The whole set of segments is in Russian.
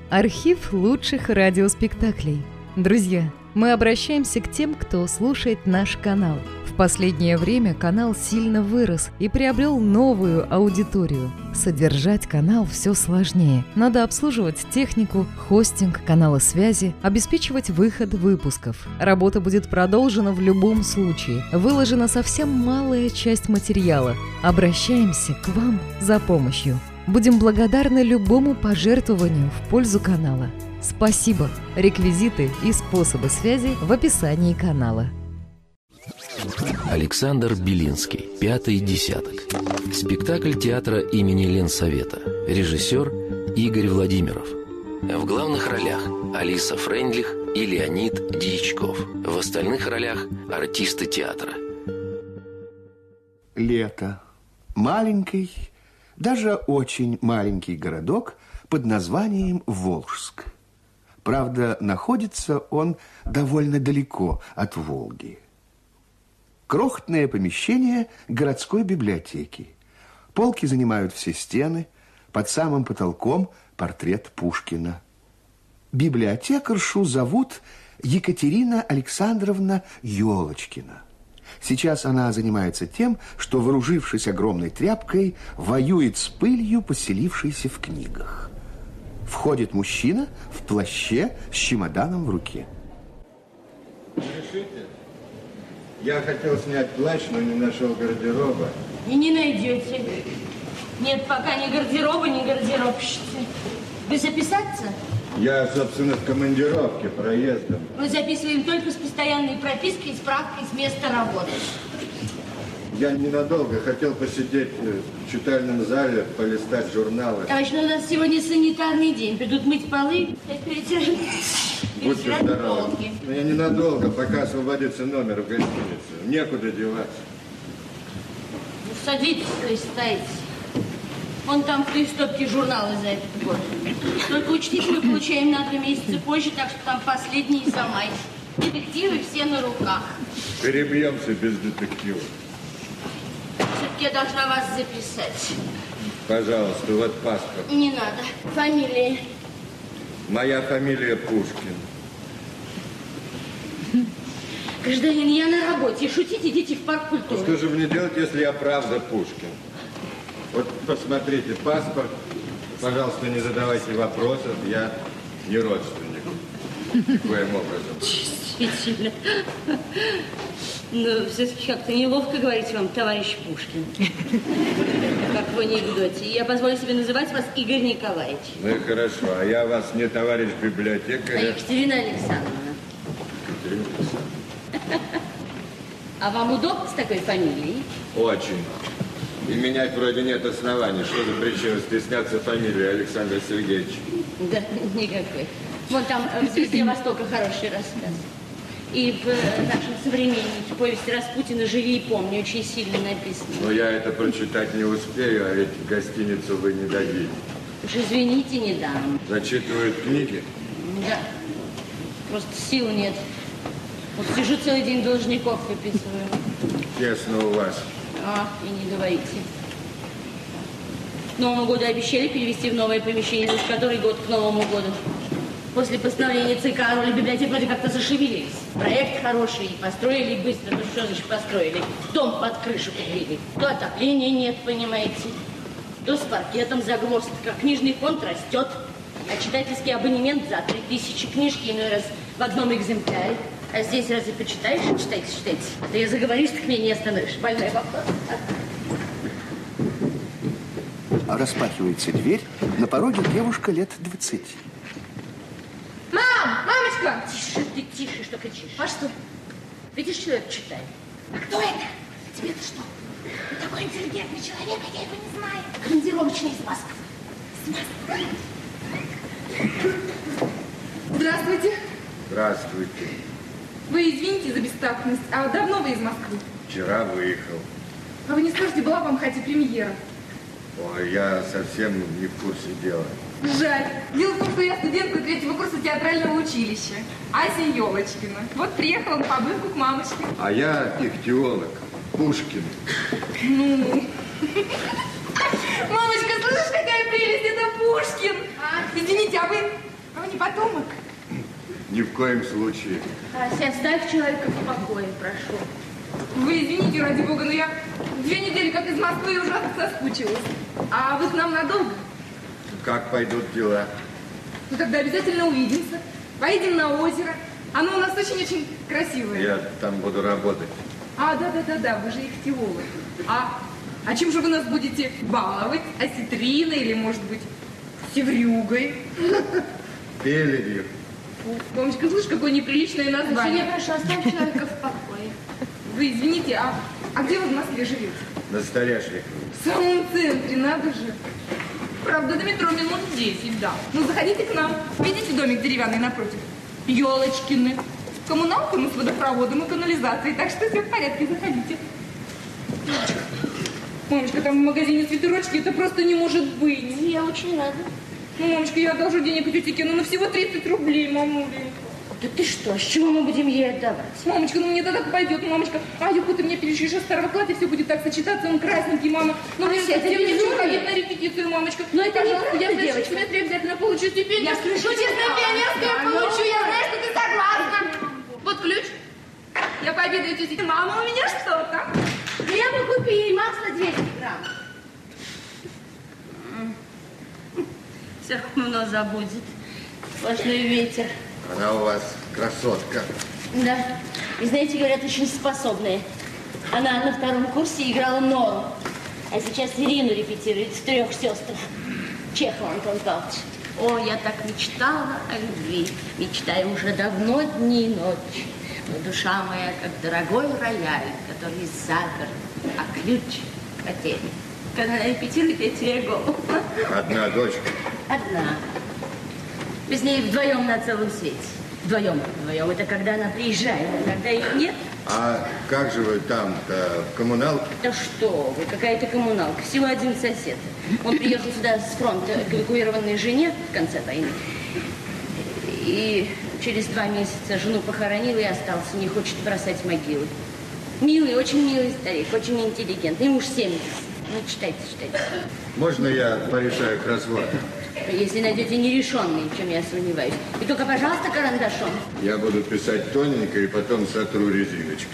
Архив лучших радиоспектаклей. Друзья, мы обращаемся к тем, кто слушает наш канал. В последнее время канал сильно вырос и приобрел новую аудиторию. Содержать канал все сложнее. Надо обслуживать технику, хостинг, каналы связи, обеспечивать выход выпусков. Работа будет продолжена в любом случае. Выложена совсем малая часть материала. Обращаемся к вам за помощью. Будем благодарны любому пожертвованию в пользу канала. Спасибо! Реквизиты и способы связи в описании канала. Александр Белинский. Пятый десяток. Спектакль театра имени Ленсовета. Режиссер Игорь Владимиров. В главных ролях Алиса Фрейндлих и Леонид Дьячков. В остальных ролях артисты театра. Лето. Маленький, даже очень маленький городок под названием Волжск. Правда, находится он довольно далеко от Волги. Крохотное помещение городской библиотеки. Полки занимают все стены, под самым потолком портрет Пушкина. Библиотекаршу зовут Екатерина Александровна Ёлочкина. Сейчас она занимается тем, что, вооружившись огромной тряпкой, воюет с пылью, поселившейся в книгах. Входит мужчина в плаще с чемоданом в руке. Решите? Я хотел снять плащ, но не нашел гардероба. И не найдете. Нет пока ни гардероба, ни гардеробщицы. Вы записаться? Я, собственно, в командировке, проездом. Мы записываем только с постоянной пропиской и справкой с места работы. Я ненадолго хотел посидеть в читальном зале, полистать журналы. Товарищ, ну у нас сегодня санитарный день. Придут мыть полы, Будьте здоровы. Но я ненадолго, пока освободится номер в гостинице. Некуда деваться. Ну, садитесь, листайте. Вон там в той стопке журналы за этот год. Только учтите, мы получаем на 2 месяца позже, так что там последний за май. Детективы все на руках. Перебьемся без детектива. Все-таки я должна вас записать. Пожалуйста, вот паспорт. Не надо. Фамилия. Моя фамилия Пушкин. Гражданин, я на работе. Шутите, идите в парк культуры. Что же мне делать, если я правда Пушкин? Вот посмотрите паспорт. Пожалуйста, не задавайте вопросов. Я не родственник. Каким образом? Действительно. Но все-таки как-то неловко говорить вам, товарищ Пушкин. Как в анекдоте. Я позволю себе называть вас Игорь Николаевич. Ну и хорошо. А я вас не товарищ библиотекарь. А Екатерина Александровна. Екатерина Александровна. А вам удобно с такой фамилией? Очень. И менять вроде нет оснований. Что за причина стесняться фамилии Александра Сергеевича? Да, никакой. Вон там в «Звезде Востока» хороший рассказ. И в нашем современнике повесть Распутина «Живи и помни» очень сильно написано. Но я это прочитать не успею, а ведь гостиницу вы не дадите. Уж извините, не дам. Зачитывают книги? Да. Просто сил нет. Вот сижу целый день, должников выписываю. Тесно у вас. А, и не говорите. К Новому году обещали перевести в новое помещение, уж который год к Новому году. После постановления ЦК роли библиотек вроде как-то зашевелились. Проект хороший, построили быстро. Ну что значит построили? Дом под крышу купили. То отопления нет, понимаете, то с паркетом загвоздка. Книжный фонд растет, а читательский абонемент за 3000 книжки иной раз в одном экземпляре. А здесь разве почитаешь? Читайте, читайте. А то я заговорюсь, так меня не остановишь. Больной вопрос. Распахивается дверь, на пороге девушка лет 20. Мам! Мамочка! Тише ты, тише, что кричишь. А что? Видишь, человек читает. А кто это? Тебе-то что? Он такой интеллигентный человек, а я его не знаю. Командировочный из Москвы. Здравствуйте. Здравствуйте. Вы извините за бестактность, а давно вы из Москвы? Вчера выехал. А вы не скажете, была вам хоть и премьера? Ой, я совсем не в курсе дела. Жаль. Дело в том, что я студентка 3-го курса театрального училища. Ася Ёлочкина. Вот приехала на побывку к мамочке. А я ихтиолог. Пушкин. Ну. Мамочка, слышишь, какая прелесть? Это Пушкин. Извините, а вы А вы не потомок? Ни в коем случае. Ася, оставь человека в покое, прошу. Вы извините, ради бога, но я 2 недели как из Москвы ужасно соскучилась. А вы к нам надолго? Как пойдут дела? Ну тогда обязательно увидимся. Поедем на озеро. Оно у нас очень-очень красивое. Я там буду работать. А, да, вы же ихтиолог. А чем же вы нас будете баловать? Осетриной или, может быть, севрюгой? Пелевью. Мамочка, слышишь, какое неприличное название. Я прошу, оставь человека в покое. Вы извините, а где вы в Москве живете? На Старяшке. В самом центре, надо же. Правда, до метро минут 10, да. Ну, заходите к нам. Видите домик деревянный напротив? Елочкины. Коммуналка, мы с водопроводом и канализацией, так что все в порядке, заходите. Мамочка, там в магазине свитерочки, это просто не может быть. Я очень рада. Ну, мамочка, я одолжу денег тете Кену, но всего 30 рублей, мамуленька. Да ты что, с чего мы будем ей отдавать? Мамочка, ну мне тогда пойдет, мамочка. Юку, ты мне перешьешь из старого платья, все будет так сочетаться, он красненький, мама. Ну, мне совсем не хочу ходить на репетицию, мамочка. Но это пожалуйста, не я девочка. в семестре обязательно получу стипендию. Я слышу, честное пионерское получу, я знаю, что ты согласна. Вот ключ. Я пообедаю тете. Мама, у меня что там? Хлеба купи и масла 200 грамм. Все равно забудет. Сплошной ветер. Она у вас красотка. Да. И знаете, говорят, очень способная. Она на 2-м курсе играла Нору. А сейчас Ирину репетирует в 3 сестрах. Чехов Антон Павлович. О, я так мечтала о любви. Мечтаю уже давно дни и ночи. Но душа моя, как дорогой рояль, который заперт, а ключ потерян. Когда она репетирует, я теряю голову. Одна дочка. Одна. Мы с ней вдвоем на целом свете. Вдвоем. Это когда она приезжает, а когда их нет. А как же вы там-то, в коммуналке? Да что вы, какая-то коммуналка. Всего один сосед. Он приехал сюда с фронта к эвакуированной жене в конце войны. И через 2 месяца жену похоронил и остался. Не хочет бросать могилы. Милый, очень милый старик, очень интеллигентный. Ему уж 70. Ну, читайте. Можно я порешаю к разводу? Если найдете нерешенный, в чем я сомневаюсь. И только, пожалуйста, карандашом. Я буду писать тоненько и потом сотру резиночкой.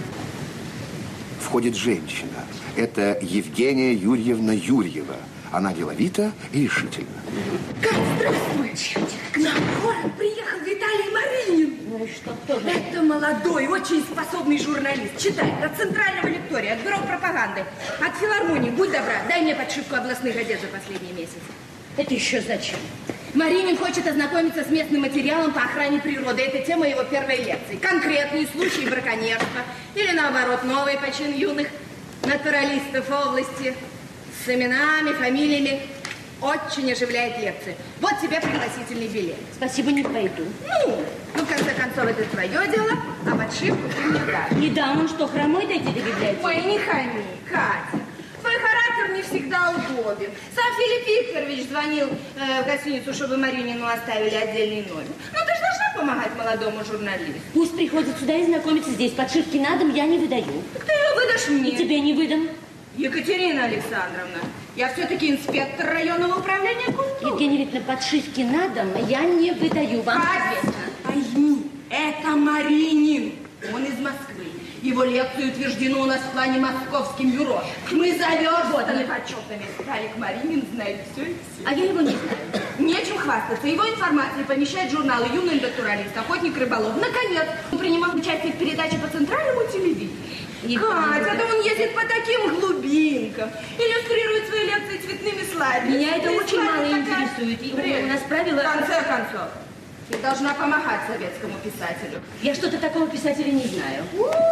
Входит женщина. Это Евгения Юрьевна Юрьева. Она деловита и решительна. Кать, здравствуй. К нам в город приехал Виталий Маринин. Ну и что, кто же? Это молодой, очень способный журналист. Читает от Центрального лектория, от Бюро пропаганды, от филармонии. Будь добра, дай мне подшивку областных газет за последний месяц. Это еще зачем? Маринин хочет ознакомиться с местным материалом по охране природы. Это тема его первой лекции. Конкретные случаи браконьерства. Или, наоборот, новый почин юных натуралистов области с именами, фамилиями. Очень оживляет лекции. Вот тебе пригласительный билет. Спасибо, не пойду. Ну, в конце концов, это твое дело, а подшивку ты мне дашь. Не дам, он что, хромой дойти до библиотеки? Ой, не хами, Катя. Твой характер не всегда удобен. Сам Филипп Викторович звонил в гостиницу, чтобы Маринину оставили отдельный номер. Ну, ты же должна помогать молодому журналисту. Пусть приходит сюда и знакомится здесь. Подшивки на дом я не выдаю. Так ты ее выдашь мне. И тебе не выдам. Екатерина Александровна, я все-таки инспектор районного управления культуры. Евгения Викторовна, подшивки на дом я не выдаю. Вам известно. Пойми, это Маринин. Он из Москвы. Его лекции утверждены у нас в плане московским бюро. Мы заверстаны почетными. Старик Маринин знает все и все. А я его не знаю. Нечем хвастаться. Его информацию помещает журналы «Юный натуралист», «Охотник рыболов». Наконец, он принимал участие в передаче по центральному телевидению. Катя, да он ездит по таким глубинкам, иллюстрирует свои лекции цветными слайдами. Меня это очень мало интересует. И у нас правила... В конце концов, ты должна помогать советскому писателю. Я что-то такого писателя не знаю.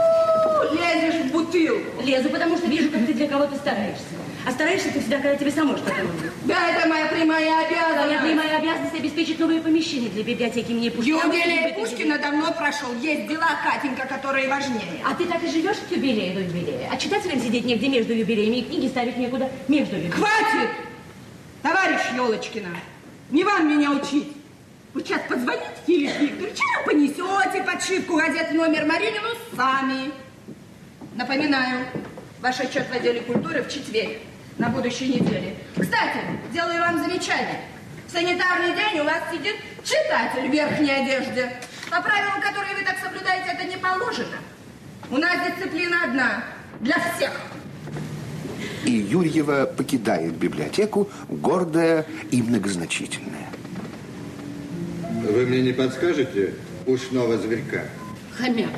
Лезешь в бутылку. Лезу, потому что вижу, как ты для кого-то стараешься. А стараешься ты всегда, когда тебе самой что-то нужно. Да, это моя прямая обязанность. Твоя прямая обязанность обеспечить новые помещения для библиотеки имени Пушкина. Юбилей Пушкина давно прошел. Есть дела, Катенька, которые важнее. А ты так и живешь от юбилея до юбилея? А читателям сидеть негде между юбилеями и книги ставить некуда между юбилеями. Хватит! Товарищ Елочкина, не вам меня учить. Вы сейчас позвоните Филиппу Викторовичу, понесете подшивку газеты номер Маринину сами. Напоминаю, ваш отчет в отделе культуры в четверг, на будущей неделе. Кстати, делаю вам замечание. В санитарный день у вас сидит читатель в верхней одежде. По правилам, которые вы так соблюдаете, это не положено. У нас дисциплина одна. Для всех. И Юрьева покидает библиотеку, гордая и многозначительная. Вы мне не подскажете ушного зверька? Хомяк.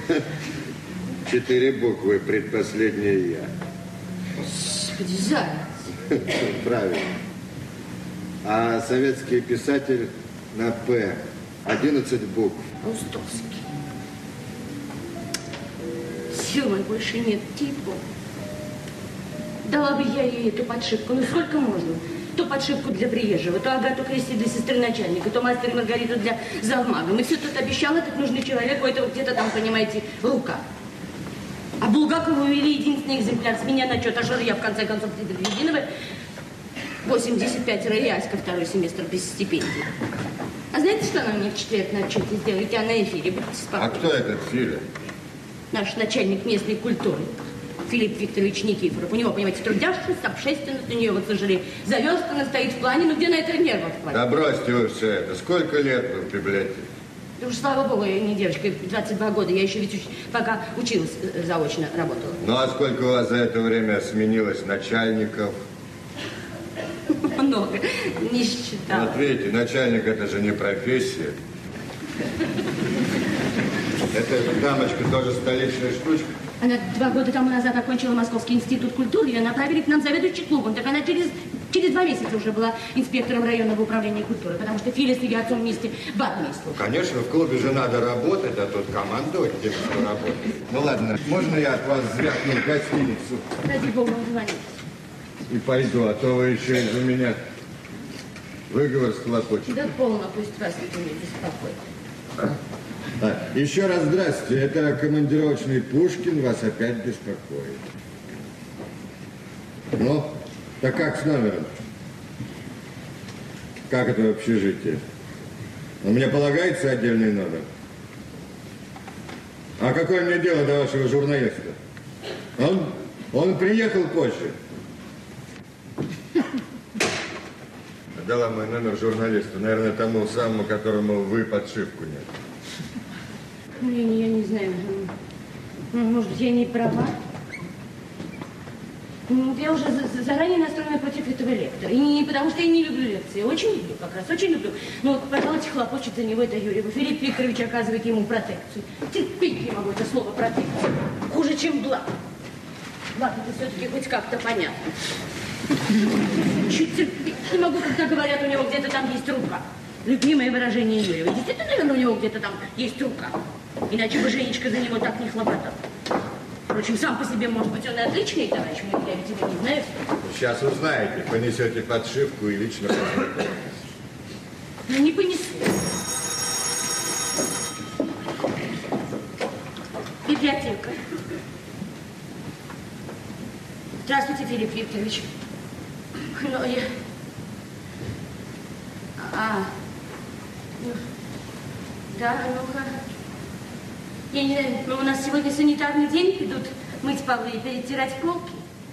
4 буквы, предпоследнее «я». Господи, заяц. Правильно. А советский писатель на «П». 11 букв. Ростовский. Сил моих больше нет, типа. Дала бы я ей эту подшивку. Ну сколько можно? То подшивку для приезжего, то Агату Кристи для сестры начальника, то мастер и Маргариту для завмага. Мы все тут обещал, этот нужный человек, у этого где-то там, понимаете, рука. А Булгакову увели единственный экземпляр с меня на счет, а я в конце концов Единого 85 рояльска второй семестр без стипендии. А знаете, что она мне в четверг на отчете сделает? Я на эфире, будьте спокойны. А кто этот Филя? Наш начальник местной культуры. Филипп Викторович Никифоров. У него, понимаете, трудящийся, общественность, у нее, вот, к сожалению, заверстана, стоит в плане, ну где на это нервов хватит? Да бросьте вы все это. Сколько лет вы в библиотеке? Да уж, слава богу, я не девочка, 22 года. Я еще ведь пока училась, заочно работала. Ну, а сколько у вас за это время сменилось начальников? Много. Не считала. Вот видите, начальник – это же не профессия. Эта дамочка тоже столичная штучка. Она 2 года тому назад окончила Московский институт культуры, ее направили к нам заведующий клубом. Так она через 2 месяца уже была инспектором районного управления культуры, потому что Филя с ее отцом вместе в армии служат. Конечно, в клубе же надо работать, а тут командовать тем, что работает. Ну ладно, можно я от вас звякну в гостиницу? Ради бога, звоните. И пойду, а то вы еще из-за меня выговор схлопочете. Да полно, пусть вас никто не беспокоит. Еще раз здрасте. Это командировочный Пушкин вас опять беспокоит. Ну, так как с номером? Как это в общежитии? Мне полагается отдельный номер? А какое мне дело до вашего журналиста? Он приехал позже. Дала мой номер журналисту, наверное, тому самому, которому вы подшивку нет. Я не знаю. Может быть, я не права? Я уже заранее настроена против этого лектора. И не потому, что я не люблю лекции. Очень люблю, как раз, очень люблю. Но вот, пожалуйста, хлопочет за него это Юрьева. Филипп Викторович оказывает ему протекцию. Терпеть не могу это слово протекция. Хуже, чем благ. Благ, это все-таки хоть как-то понятно. Чуть терпеть не могу, когда говорят, у него где-то там есть рука. Любимое выражение Юрьева. Действительно, наверное, у него где-то там есть рука. Иначе бы Женечка за него так не хлопотал. Впрочем, сам по себе, может быть, он и отличный товарищ, но я ведь его не знаю. Сейчас узнаете, понесете подшивку и лично познакомитесь. Ну, не понесу. Библиотека. Здравствуйте, Филипп Викторович. Ну, я... Да, ну-ка. Я не знаю, но у нас сегодня санитарный день, идут мыть полы и перетирать полки.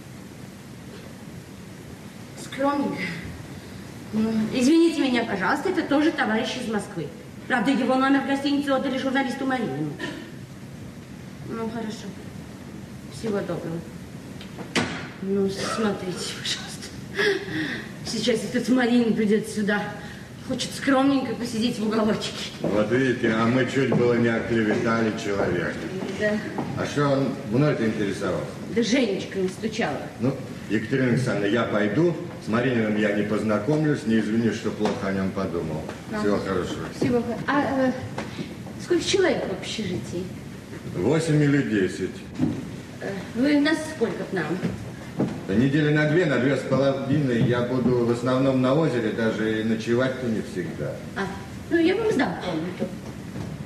Скромненько. Ну, извините меня, пожалуйста, это тоже товарищ из Москвы. Правда, его номер в гостинице отдали журналисту Маринину. Ну, хорошо. Всего доброго. Ну, смотрите, пожалуйста. Сейчас этот Марин придет сюда. Хочет скромненько посидеть в уголочке. Вот видите, а мы чуть было не оклеветали человека. Да. А что он мной-то интересовался? Да Женечка настучала. Ну, Екатерина Александровна, я пойду. С Марининым я не познакомлюсь, не извинюсь, что плохо о нем подумал. Всего хорошего. Всего хорошего. Сколько человек в общежитии? 8 или 10. Вы нас сколько к нам? Недели на 2,5 я буду в основном на озере, даже и ночевать-то не всегда. Ну я вам сдам комнату.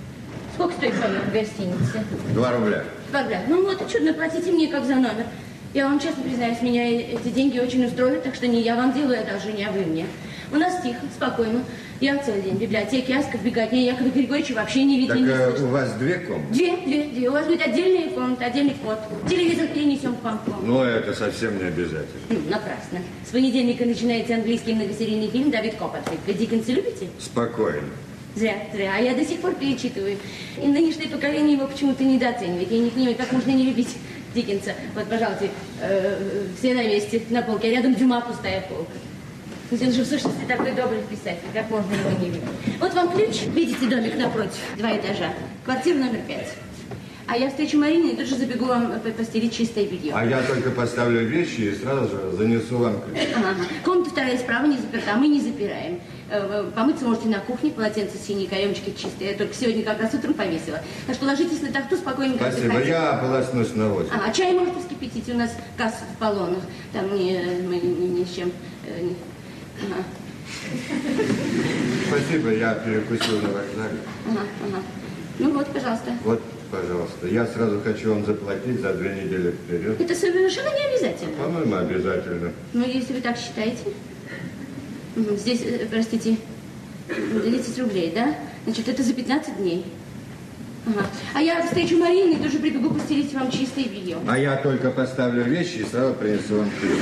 Сколько стоит номер в гостинице? 2 рубля. 2 рубля. Ну вот, чудно, платите мне как за номер. Я вам честно признаюсь, меня эти деньги очень устроили, так что не я вам делаю одолжение, а вы мне. У нас тихо, спокойно. Я целый день в библиотеке, Аска в беготне, Якова Григорьевича вообще не видно, не слышно. У вас 2 комнаты? Две. У вас будет отдельная комната, отдельный код. Телевизор перенесем к вам в комнату. Ну, это совсем не обязательно. Напрасно. С понедельника начинается английский многосерийный фильм «Давид Копперфильд». Вы Диккенса любите? Спокойно. Зря. А я до сих пор перечитываю. И нынешнее поколение его почему-то недооценивает. Я не понимаю, как можно не любить Диккенса. Вот, пожалуйста, все на месте, на полке, а рядом Дюма пустая полка. Он же в сущности такой добрый писатель, как можно его не любить. Вот вам ключ, видите домик напротив, 2 этажа, квартира номер 5. А я встречу Марину и тут же забегу вам постелить чистое белье. А я только поставлю вещи и сразу же занесу вам ключ. Ага. Комната 2 справа не заперта, мы не запираем. Помыться можете на кухне, полотенце синие, каемочки чистые. Я только сегодня как раз утром повесила. Так что ложитесь на тахту, спокойненько Спасибо, отдыхайте. я ополоснусь на 8. А чай можете вскипятить, у нас касса в полонах. Там мы ни с чем... Ага. Спасибо, я перекусил на вокзале. Ага. Ну вот, пожалуйста. Вот, пожалуйста. Я сразу хочу вам заплатить за 2 недели вперед. Это совершенно не обязательно. По-моему, обязательно. Ну, если вы так считаете. Здесь, простите, 30 рублей, да? Значит, это за 15 дней. Ага. А я встречу Марину и тоже прибегу постелить вам чистое белье. А я только поставлю вещи и сразу принесу вам ключ.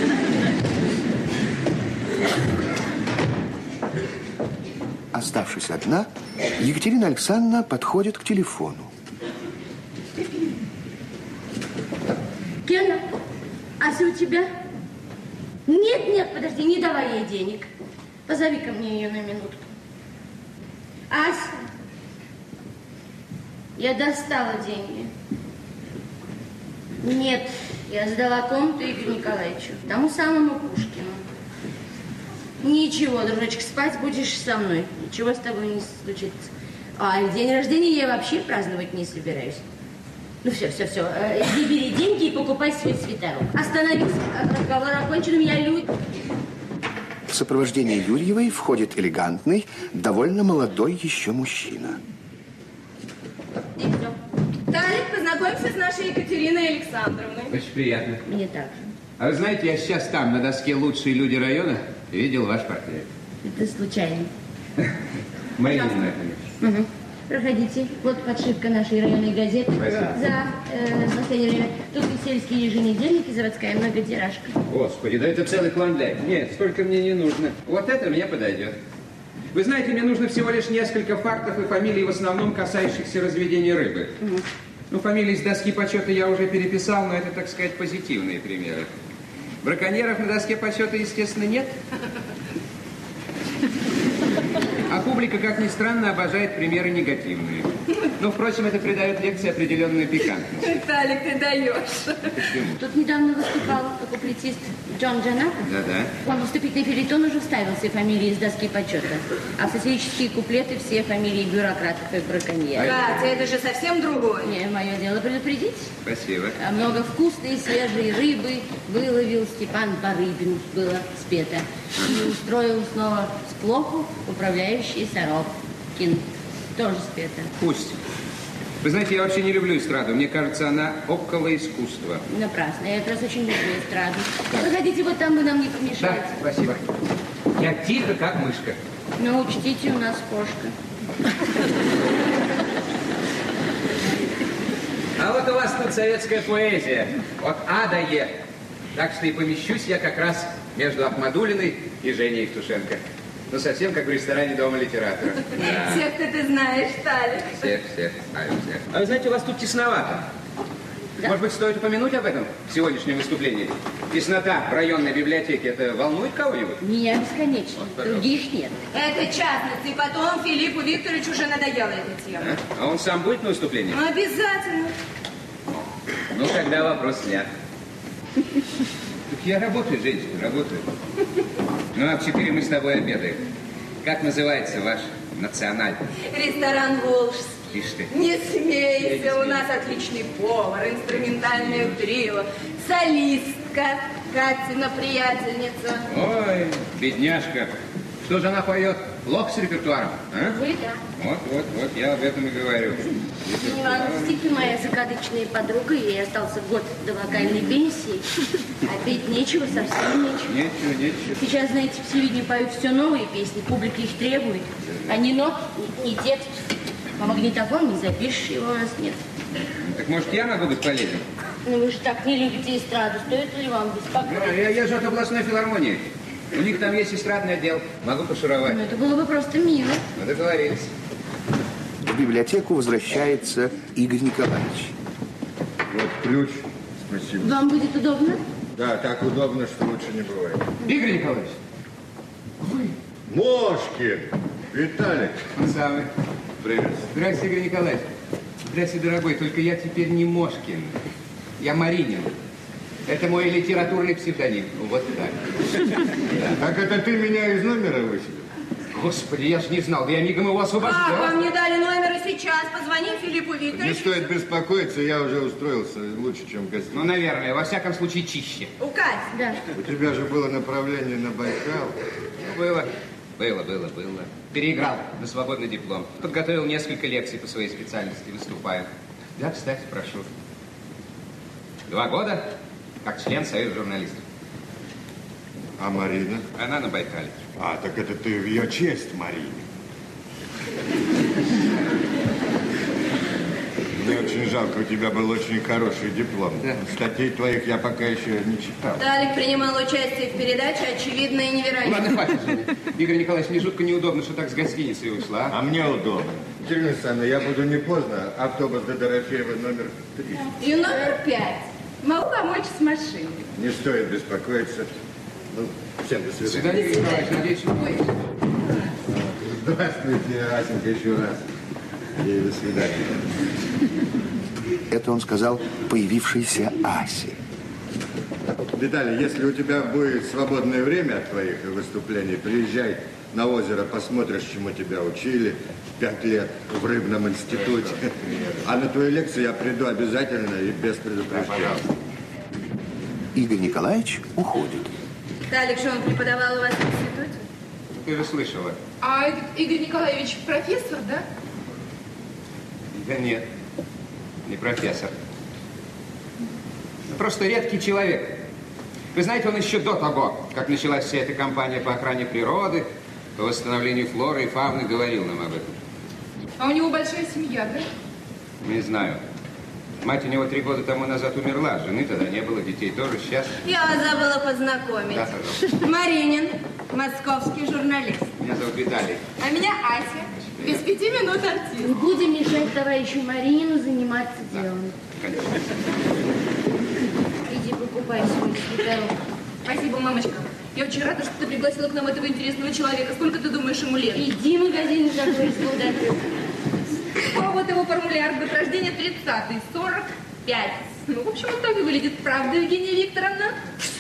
Оставшись одна, Екатерина Александровна подходит к телефону. Гена, Ася у тебя? Нет, подожди, не давай ей денег. Позови ко мне ее на минутку. Ася, я достала деньги. Нет, я сдала комнату Игорю Николаевичу, тому самому Пушкину. Ничего, дружочек, спать будешь со мной. Ничего с тобой не случится. А день рождения я вообще праздновать не собираюсь. Ну все. Иди бери деньги и покупай свой свитерок. Остановись, разговор окончен, меня люди... В сопровождении Юрьевой входит элегантный, довольно молодой еще мужчина. Талик, познакомься с нашей Екатериной Александровной. Очень приятно. Мне так же. А вы знаете, я сейчас там, на доске «Лучшие люди района», видел ваш портрет. Это случайно. Марина, конечно. Угу. Проходите. Вот подшивка нашей районной газеты. Спасибо. За последнее время. Тут и сельские еженедельники, заводская многотиражка. Господи, да это целый клондайк. Нет, столько мне не нужно. Вот это мне подойдет. Вы знаете, мне нужно всего лишь несколько фактов и фамилий, в основном касающихся разведения рыбы. Угу. Ну, фамилии с доски почета я уже переписал, но это, так сказать, позитивные примеры. Браконьеров на доске почета, естественно, нет. А публика, как ни странно, обожает примеры негативные. Но, впрочем, это придает лекции определенную пикантность. Талик, ты даешь. Почему? Тут недавно выступал куплетист Джон Джанако. Да-да. Он в вступительный фельетон уже вставил все фамилии с доски почета. А в сатирические куплеты все фамилии бюрократов и браконьеров. Катя, это же совсем другое. Не, мое дело предупредить. Спасибо. А много вкусной свежей рыбы выловил Степан Барыбин, было спето. И устроил снова сплоху управляющий Сорокин. Тоже спето. Пусть. Вы знаете, я вообще не люблю эстраду. Мне кажется, она около искусства. Напрасно. Я как раз очень люблю эстраду. Заходите, вот там вы нам не помешаете. Да, спасибо. Я тихо, как мышка. Но учтите, у нас кошка. А вот у вас тут советская поэзия. От А до Е. Так что и помещусь я как раз между Ахмадулиной и Женей Евтушенко. Ну, совсем как в ресторане Дома литератора. Да. Всех ты знаешь, Талик. Всех, знаю всех. А вы знаете, у вас тут тесновато. Да. Может быть, стоит упомянуть об этом в сегодняшнем выступлении? Теснота в районной библиотеке, это волнует кого-нибудь? Меня бесконечно. Других нет. Это частность, и потом Филиппу Викторовичу уже надоела эта тема. А он сам будет на выступлении? Ну, обязательно. Ну, тогда вопрос снят. Так я работаю, женщина, работаю. Ну, а в 4 мы с тобой обедаем. Как называется ваш национальный? Ресторан «Волжский». Ишь ты. Не смейся, у нас отличный повар, инструментальное трио, солистка, Катина приятельница. Ой, бедняжка. Что же она поет? Плохо с репертуаром, а? Вы, да. Вот, я об этом и говорю. Евгения Ивановна, Степи моя закадычная подруга, ей остался год до вокальной пенсии. А петь нечего, совсем нечего. Нечего. Сейчас, знаете, все видно поют все новые песни, публика их требует. А ни нот, ни текст. А магнитофон не запишешь, его у нас нет. Так может, я могу быть полезен? Ну вы же так не любите эстраду, стоит ли вам беспокоиться? Я же от областной филармонии. У них там есть эстрадный отдел. Могу пошуровать. Ну это было бы просто мило. Мы договорились. В библиотеку возвращается Игорь Николаевич. Вот ключ. Спасибо. Вам будет удобно? Да, так удобно, что лучше не бывает. Игорь Николаевич. Мошкин! Виталик. Он самый. Привет. Здравствуйте, Игорь Николаевич. Здравствуйте, дорогой. Только я теперь не Мошкин. Я Маринин. Это мой литературный псевдоним. Вот так. Так это ты меня из номера выселил? Господи, я ж не знал. Да я мигом его освобождал. Как вам не дали номера сейчас? Позвоним Филиппу Викторовичу. Не стоит беспокоиться, я уже устроился лучше, чем в гостинице. Ну, наверное. Во всяком случае, чище. У Кати. Да. У тебя же было направление на Байкал. Было. Переиграл на свободный диплом. Подготовил несколько лекций по своей специальности. Выступаю. Да, кстати, прошу. 2 года как член Союза журналистов. А Марина? Она на Байкале. А, так это ты в ее честь, Марине. Мне очень жалко, у тебя был очень хороший диплом. Да. Статей твоих я пока еще не читал. Талик принимал участие в передаче «Очевидно и невероятно». Ладно, хватит. Игорь Николаевич, мне жутко неудобно, что так с гостиницы ушла. А мне удобно. Екатерина Александровна, я буду не поздно. Автобус до Дорофеева номер 3. И номер 5. Могу помочь с машиной. Не стоит беспокоиться. Ну, всем до До свидания. свидания, Игорь Николаевич. Надеюсь, Ой. Здравствуйте, Асенька, еще раз. И до свидания. Это он сказал появившейся Асе. Виталий, если у тебя будет свободное время от твоих выступлений, приезжай на озеро, посмотришь, чему тебя учили 5 лет в рыбном институте. А на твою лекцию я приду обязательно и без предупреждения. Игорь Николаевич уходит. Талик, что он преподавал у вас в институте? ты же слышала. А этот Игорь Николаевич профессор, да? Да нет, не профессор. Просто редкий человек. Вы знаете, он еще до того, как началась вся эта кампания по охране природы, по восстановлению флоры и фауны, говорил нам об этом. А у него большая семья, да? Не знаю. Мать у него 3 года тому назад умерла, жены тогда не было, детей тоже, сейчас. Я вас забыла познакомить. Да, пожалуйста. Маринин, московский журналист. Меня зовут Виталий. А меня Ася. Без 5 минут артист. Не будем мешать товарищу Маринину заниматься делом. Конечно. Иди покупай свой свитерок. Спасибо, мамочка. Я очень рада, что ты пригласила к нам этого интересного человека. Сколько ты думаешь ему лет? Иди в магазин за удовольствие. А вот его формуляр год рождения 30-й, 45. Ну, в общем, он так и выглядит. Правда, Евгения Викторовна?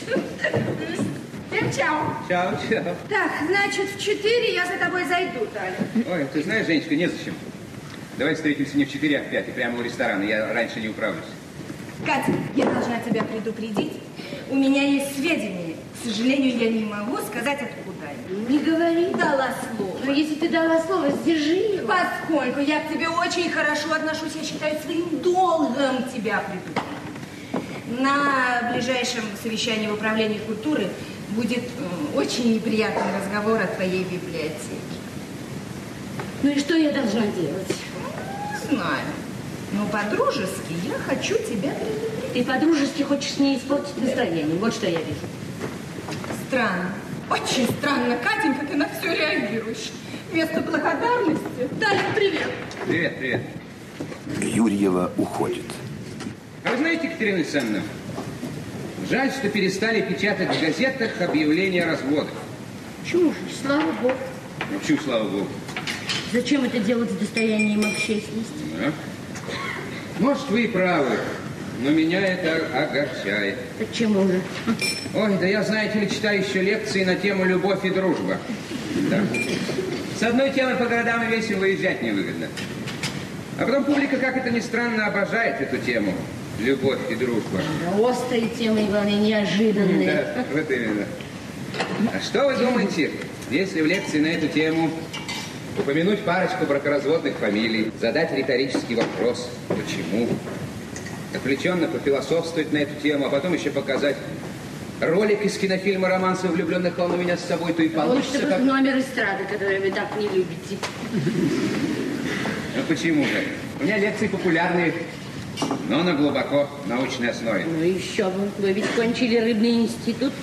Всем чао. Чао, чао. Так, значит, в 4 я за тобой зайду, Таля. Ой, ты знаешь, Женечка, незачем. Давай встретимся не в 4, а в 5, и прямо у ресторана. Я раньше не управлюсь. Катя, я должна тебя предупредить. У меня есть сведения. К сожалению, я не могу сказать, откуда они. Не говори. Дала слово. Но если ты дала слово, сдержи его. Поскольку я к тебе очень хорошо отношусь, я считаю своим долгом тебя предупредить. На ближайшем совещании в управлении культуры будет очень неприятный разговор о твоей библиотеке. Ну и что я должна делать? Не знаю. Но по-дружески я хочу тебя предупредить. Ты по-дружески хочешь мне испортить настроение. Вот что я вижу. Странно. Очень странно, Катенька, ты на все реагируешь. Вместо благодарности. Таля, привет. Привет, привет. Юрьева уходит. А вы знаете, Екатерина Александровна, жаль, что перестали печатать в газетах объявления о разводах. Чушь, слава богу. Ну, чушь, слава богу. Зачем это делать с достоянием общественности? Да. Может, вы и правы, но меня это огорчает. Почему же? Ой, да я, знаете ли, читаю еще лекции на тему «Любовь и дружба». Да. С одной темой по городам и весям выезжать невыгодно. А потом публика, как это ни странно, обожает эту тему. Любовь и дружба. Да, острые темы, главное, неожиданные. Да, вот именно. А что вы думаете Если в лекции на эту тему упомянуть парочку бракоразводных фамилий, задать риторический вопрос «почему?», отвлеченно пофилософствовать на эту тему, а потом еще показать ролик из кинофильма «Романсы влюбленных «Волну меня с собой», то и получится как... номер эстрады, который вы так не любите. Ну почему же? У меня лекции популярные, но на глубоко научной основе. Ну еще бы, вы ведь кончили рыбный институт.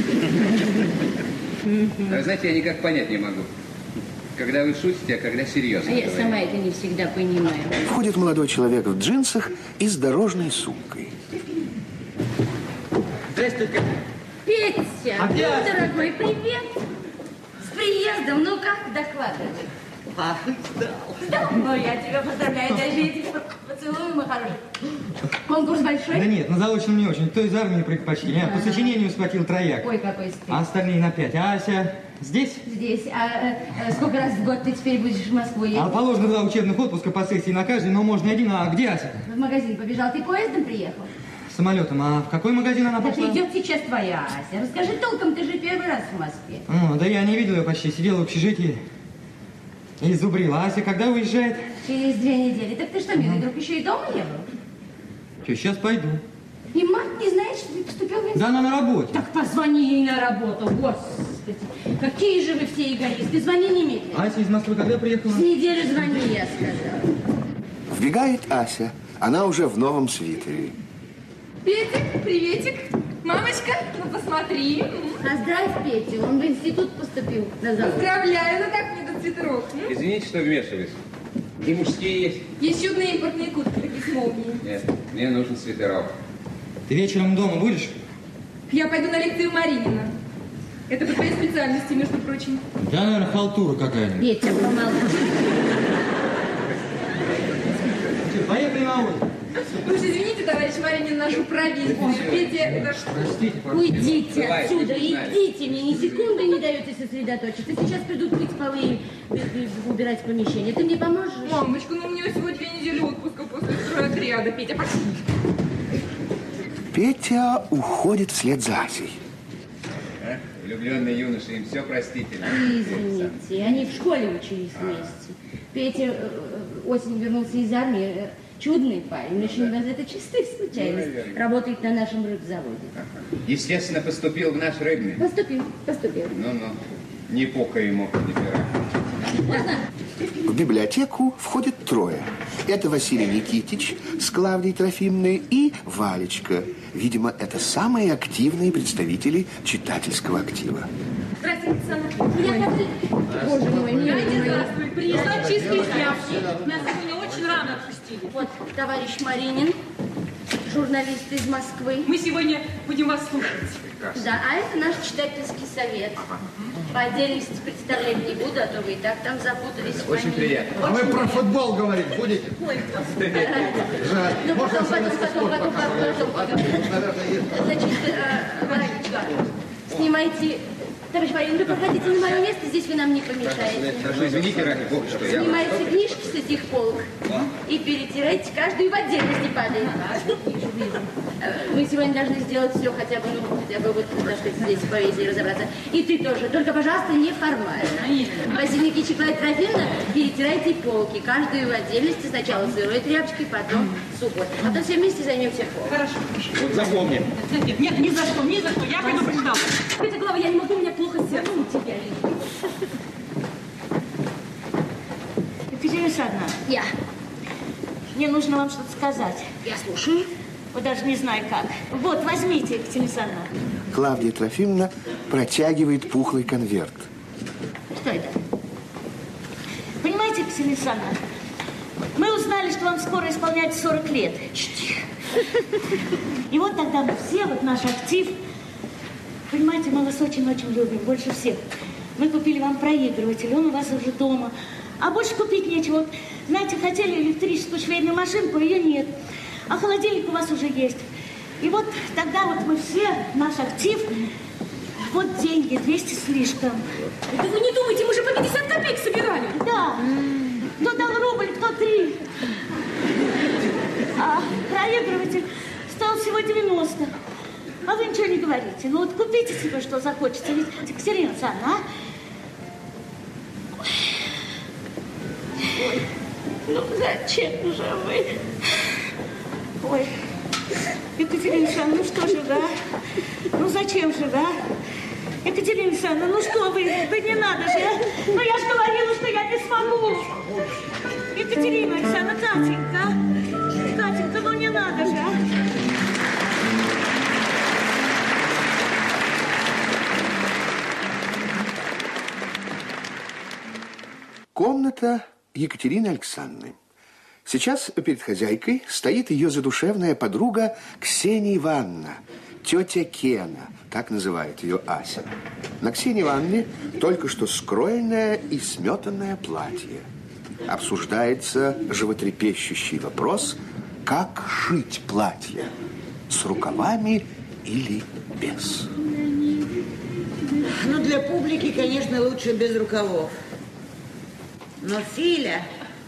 А знаете, я никак понять не могу, когда вы шутите, а когда серьезно. Я сама это не всегда понимаю. Входит молодой человек в джинсах и с дорожной сумкой. Здравствуйте. Петя, дорогой, привет. С приездом, ну как, докладывай. Ах, Сдал? Ну, я тебя поздравляю, даже эти поцелуи, мой хороший. Конкурс большой? Да нет, на заочном не очень. Кто из армии предпочли? По сочинению схватил трояк. Ой, какой стыд. А остальные на 5. А Ася здесь? Здесь. Сколько раз в год ты теперь будешь в Москву ездить? А положено 2 учебных отпуска по сессии на каждый, но можно один. А где Ася? В магазин побежал. Ты поездом приехал? Самолетом. А в какой магазин она пошла? Да придет сейчас твоя Ася. Расскажи толком, ты же первый раз в Москве. Да я не видел ее почти. Сидела в общежитии и зубрила. Ася когда уезжает? Через 2 недели. Так ты что, милый друг, еще и дома не был? Что, сейчас пойду. И мать не знает, что ты поступил в институт? Да она на работе. Так позвони ей на работу, господи. Какие же вы все эгоисты. Звони немедленно. Ася из Москвы когда приехала? С неделю звони, я сказала. Вбегает Ася. Она уже в новом свитере. Петик, приветик. Мамочка, ну посмотри. Поздравь Петю, он в институт поступил на завод. Поздравляю, ну так мне до свитеров. Извините, что вмешиваюсь. И мужские есть. Есть чудные импортные куртки, такие с молнией. Нет, мне нужен свитерок. Ты вечером дома будешь? Я пойду на лекцию Маринина. Это по твоей специальности, между прочим. Да, наверное, халтура какая-нибудь. Петя, помолчи. Поехали на улицу. Вы уж извините, товарищ Маринин, нашу провинцию. Петя, это что? Простите, Уйдите Бывает, отсюда, не знаю. идите, мне ни секунды не даете сосредоточиться. Сейчас придут мыть полы и убирать помещение. Ты мне поможешь? Мамочка, ну у меня всего 2 недели отпуска после стройотряда. Петя, пошли. Петя уходит вслед за Асей. Влюбленные юноши, им все простительно. Извините, они в школе учились вместе. Петя осенью вернулся из армии. Чудный парень, очень это чистая случайность. Работает на нашем рыбзаводе. Естественно, поступил в наш рыбный. Поступил. Ну-ну, не пуха ему, не пера. Можно? В библиотеку входит трое. Это Василий Никитич с Клавдией Трофимовной и Валечка. Видимо, это самые активные представители читательского актива. Здравствуйте, Оксана. Боже мой, милый. Здравствуй. Принесла чистые тряпки. Нас сегодня очень рано отпустили. Вот товарищ Маринин, журналист из Москвы. Мы сегодня будем вас слушать. Да, а это наш читательский совет. По отдельности представлять не буду, а то вы и так там запутались. Очень приятно. А вы про футбол говорить будете? Ой, ну потом. Значит, Валечка, снимайте... Товарищ Марин, вы проходите на мое место, здесь вы нам не помешаете. Хорошо, извините, ради бога, что я... Снимайте книжки с этих полок и перетирайте каждую в отдельности падает. Мы сегодня должны сделать все, хотя бы вот, так сказать, здесь в поэзии разобраться. И ты тоже, только, пожалуйста, неформально. Василий Никитич и Клавдия Трофимовна, перетирайте полки, каждую в отдельности, сначала сырой тряпочкой, потом сухой. А то все вместе займемся полкой. Хорошо. Вот запомни. Нет, ни за что, я предупреждала. Петя, Глава, я не могу, у меня плохо сердце. Ну, тебя ли? Екатерина Александровна, Я. мне нужно вам что-то сказать. Я слушаю. Вы даже не знаю как. Вот, возьмите, Екатерина Александровна. Клавдия Трофимовна протягивает пухлый конверт. Что это? Понимаете, Екатерина Александровна, мы узнали, что вам скоро исполняется 40 лет. И вот тогда мы все, вот наш актив, понимаете, мы вас очень-очень любим, больше всех. Мы купили вам проигрыватель, он у вас уже дома. А больше купить нечего. Вот, знаете, хотели электрическую швейную машинку, ее нет. А холодильник у вас уже есть. И вот тогда вот мы все, наш актив, вот деньги, 200 слишком. Да вы не думайте, мы же по 50 копеек собирали. Да. Кто дал рубль, кто 3. А проигрыватель стоил всего 90. А вы ничего не говорите. Ну вот купите себе, что захочется. Ведь, Екатерина Александровна, Ну зачем же вы? Ой, Екатерина Александровна, ну что же, да? Ну зачем же, да? Екатерина Александровна, ну что вы? Да не надо же, а? Ну я же говорила, что я не смогу. Екатерина Александровна, Катенька, Катенька, ну не надо же, а? Комната Екатерины Александровны. Сейчас перед хозяйкой стоит ее задушевная подруга Ксения Ивановна, тетя Кена, так называет ее Ася. На Ксении Ивановне только что скроенное и сметанное платье. Обсуждается животрепещущий вопрос, как шить платье, с рукавами или без. Ну, для публики, конечно, лучше без рукавов. Но Филя...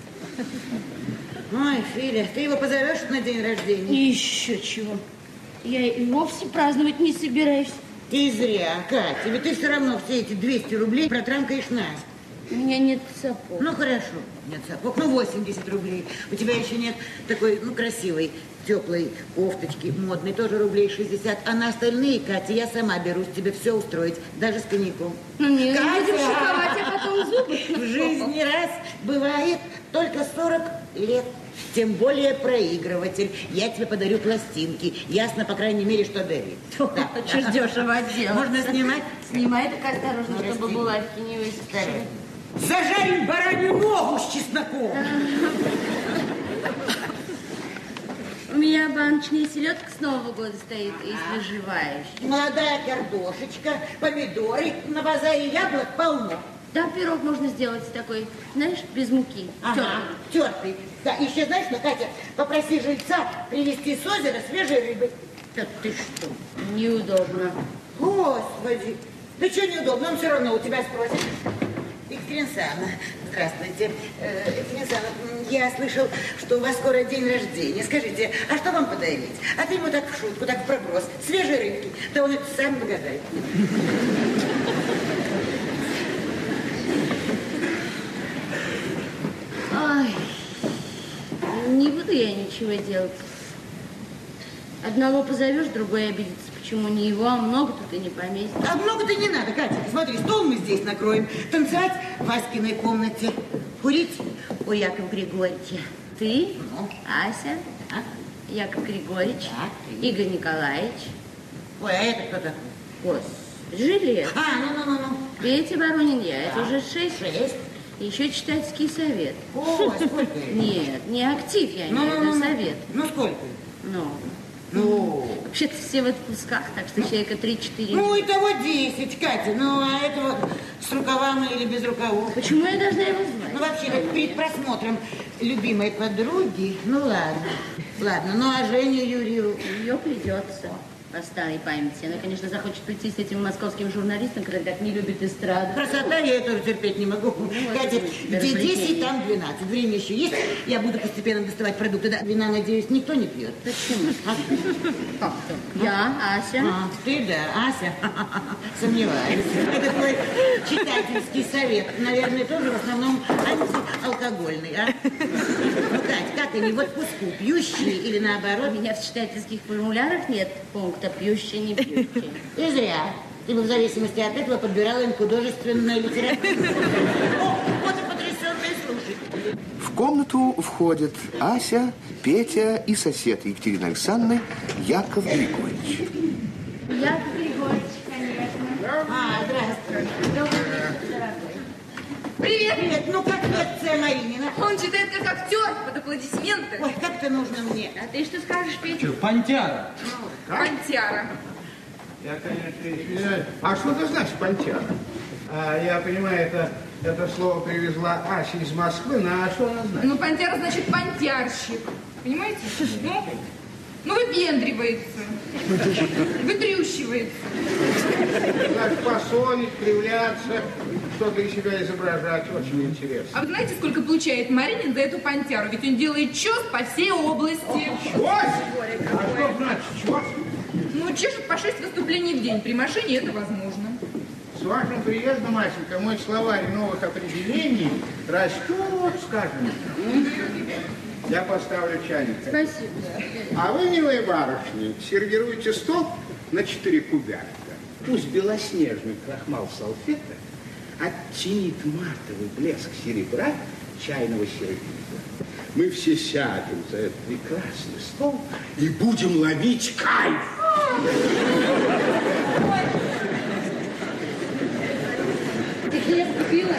Ой, Филя, ты его позовешь на день рождения? И еще чего. Я и вовсе праздновать не собираюсь. Ты зря, Катя, ведь ты все равно все эти 200 рублей протрамкаешь нас. У меня нет сапог. Ну, хорошо, нет сапог, ну, 80 рублей. У тебя еще нет такой, ну, красивой, теплой кофточки, модной, тоже рублей 60. А на остальные, Катя, я сама берусь тебе все устроить, даже с коньяком. Ну, нет, Катя! будем шиковать, а потом зубы. В жизни раз бывает только 40 лет. Тем более проигрыватель. Я тебе подарю пластинки. Ясно, по крайней мере, что дарит. Да. Что ж дешево отделаться. Можно снимать? Снимай, так осторожно, ну, чтобы булавки не выскочили. Зажарим баранью ногу с чесноком. У меня баночная селедка с Нового года стоит, если живая еще. Молодая картошечка, помидоры, на базаре яблок полно. Да, пирог можно сделать такой, знаешь, без муки. Ага, тертый. Да, еще знаешь, что, Катя, попроси жильца привезти с озера свежей рыбы. Да ты что? Неудобно. Господи, да что неудобно, он все равно у тебя спросит. Екатерина Александровна, здравствуйте. Екатерина Александровна, я слышал, что у вас скоро день рождения. Скажите, а что вам подарить? А ты ему так в шутку, так в проброс. Свежей рыбки. Да он это сам догадает. Ай, не буду я ничего делать. Одного позовешь, другой обидится. Почему не его, а много тут и не поместится. А много-то не надо, Катя. Смотри, стол мы здесь накроем. Танцевать в Васькиной комнате. Курить у Якова Григорьевича. Ты, Ну? Ася, Яков Григорьевич, Игорь Николаевич. Ой, а это кто такой? Господи, жилет. Ну. Петя Воронин, я. Это Да. уже 6. Еще читательский совет. О, сколько? Нет, не актив, я имею в виду совет. Ну, сколько? Ну, вообще-то все в отпусках, так что человека 3-4. Ну, итого 10, Катя. Ну, а это вот с рукавами или без рукавов. Почему я должна его звать? Ну, вообще, вот перед просмотром любимой подруги, ну, ладно. Ладно, ну, а Женю Юрию? Ее придется. По старой памяти. Она, конечно, захочет прийти с этим московским журналистом, который так не любит эстраду. Красота, я тоже терпеть не могу. Ну, Катя, где 10, там 12. Время еще есть. Я буду постепенно доставать продукты. Да, вина, надеюсь, никто не пьет. Почему? Как-то. Я, Ася. Ты, да, Ася. Сомневаюсь. Это твой читательский совет. Наверное, тоже в основном антиалкогольный, а? Ну, Кать, как они в отпуску? Пьющие или наоборот? У меня в читательских формулярах нет пункта пьющие, не пьющие. И зря. Ты бы в зависимости от этого подбирала им художественную литературу. Вот и потрясенные слушатели. В комнату входят Ася, Петя и сосед Екатерины Александровны Яков Григорьевич. Яков Григорьевич, конечно. Здравствуй. Добрый вечер, дорогой. Привет! Привет, ну как лекция Маринина? Он читает как актер под аплодисменты. Ой, как это нужно мне? А ты что скажешь, Петя? Пантяра. Пантяра. Я, конечно, извиняюсь. А что это значит пантяра? Я понимаю, это слово привезла Ася из Москвы, но а что она значит? Ну, пантяра значит пантярщик. Понимаете? Ну, выпендривается. Вытрющивается. Значит, посолить, кривляться, что-то из себя изображать. Очень интересно. А вы знаете, сколько получает Маринин за эту пантяру? Ведь он делает чёс по всей области. Чёс? А что значит чёс? Ну, чешет по 6 выступлений в день. При машине это возможно. С вашим приездом, Асенька, мой словарь новых определений растет, скажем. Я поставлю чайник. Спасибо. А вы, милые барышни, сервируйте стол на 4 кубярка. Пусть белоснежный крахмал салфета оттенит матовый блеск серебра чайного сервиза. Мы все сядем за этот прекрасный стол и будем ловить кайф. Ты хлеб купила?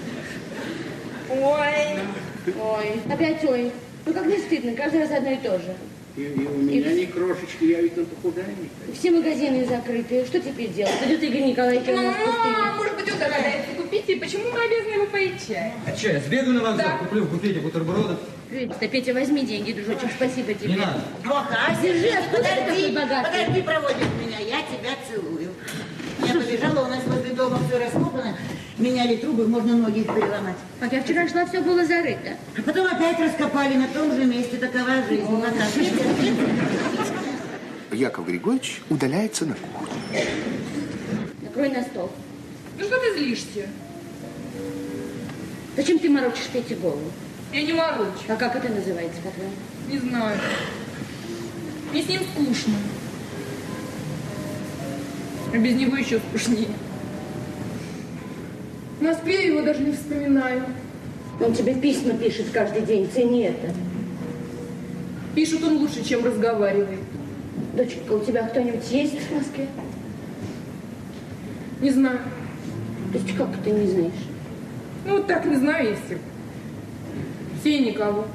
Ой, опять ой. Ну как не стыдно, каждый раз одно и то же. И у меня ни крошечки, я ведь на похудание. Все магазины закрыты. Что теперь делать? Пойдет Игорь Николаевич, у нас пустыня. Может быть, он догадается купить, и почему мы обязаны его поить чай? А что, я сбегаю на вокзал, куплю в буфете бутербродов? Петя, возьми деньги, дружочек, спасибо тебе. Не надо. Ох, Ася, Держи, откуда ты такой богатый? подожди, проводишь меня, я тебя целую. Я побежала, у нас возле дома все раскопано. Меняли трубы, можно ноги их переломать. Как я вчера шла, все было зарыто. А потом опять раскопали на том же месте. Такова жизнь. Яков Григорьевич удаляется на кухню. Накрой на стол. Ну что ты злишься? Зачем ты морочишь Пете голову? Я не морочу. А как это называется, по-твоему? Не знаю. Мне с ним скучно. А без него еще скучнее. В Москве я его даже не вспоминаю. Он тебе письма пишет каждый день, цени это. Пишет он лучше, чем разговаривает. Доченька, у тебя кто-нибудь есть в Москве? Не знаю. То есть как ты не знаешь? Ну, вот так не знаю, если. Все и никого.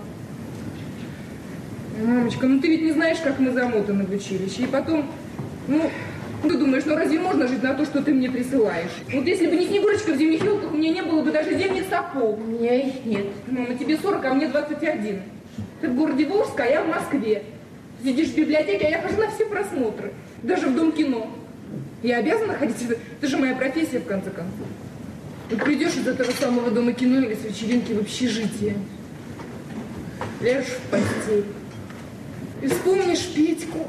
Мамочка, ну ты ведь не знаешь, как мы замотаны в училище. И потом, ты думаешь, ну разве можно жить на то, что ты мне присылаешь? Вот если бы не Снегурочка в зимних елках, у меня не было бы даже зимних сапог. У меня их нет. Мама, тебе 40, а мне 21. Ты в городе Волжск, а я в Москве. Сидишь в библиотеке, а я хожу на все просмотры. Даже в Дом кино. Я обязана ходить? Это же моя профессия, в конце концов. Вот придешь из этого самого Дома кино или с вечеринки в общежитие. Ляжешь в постель. И вспомнишь Петьку.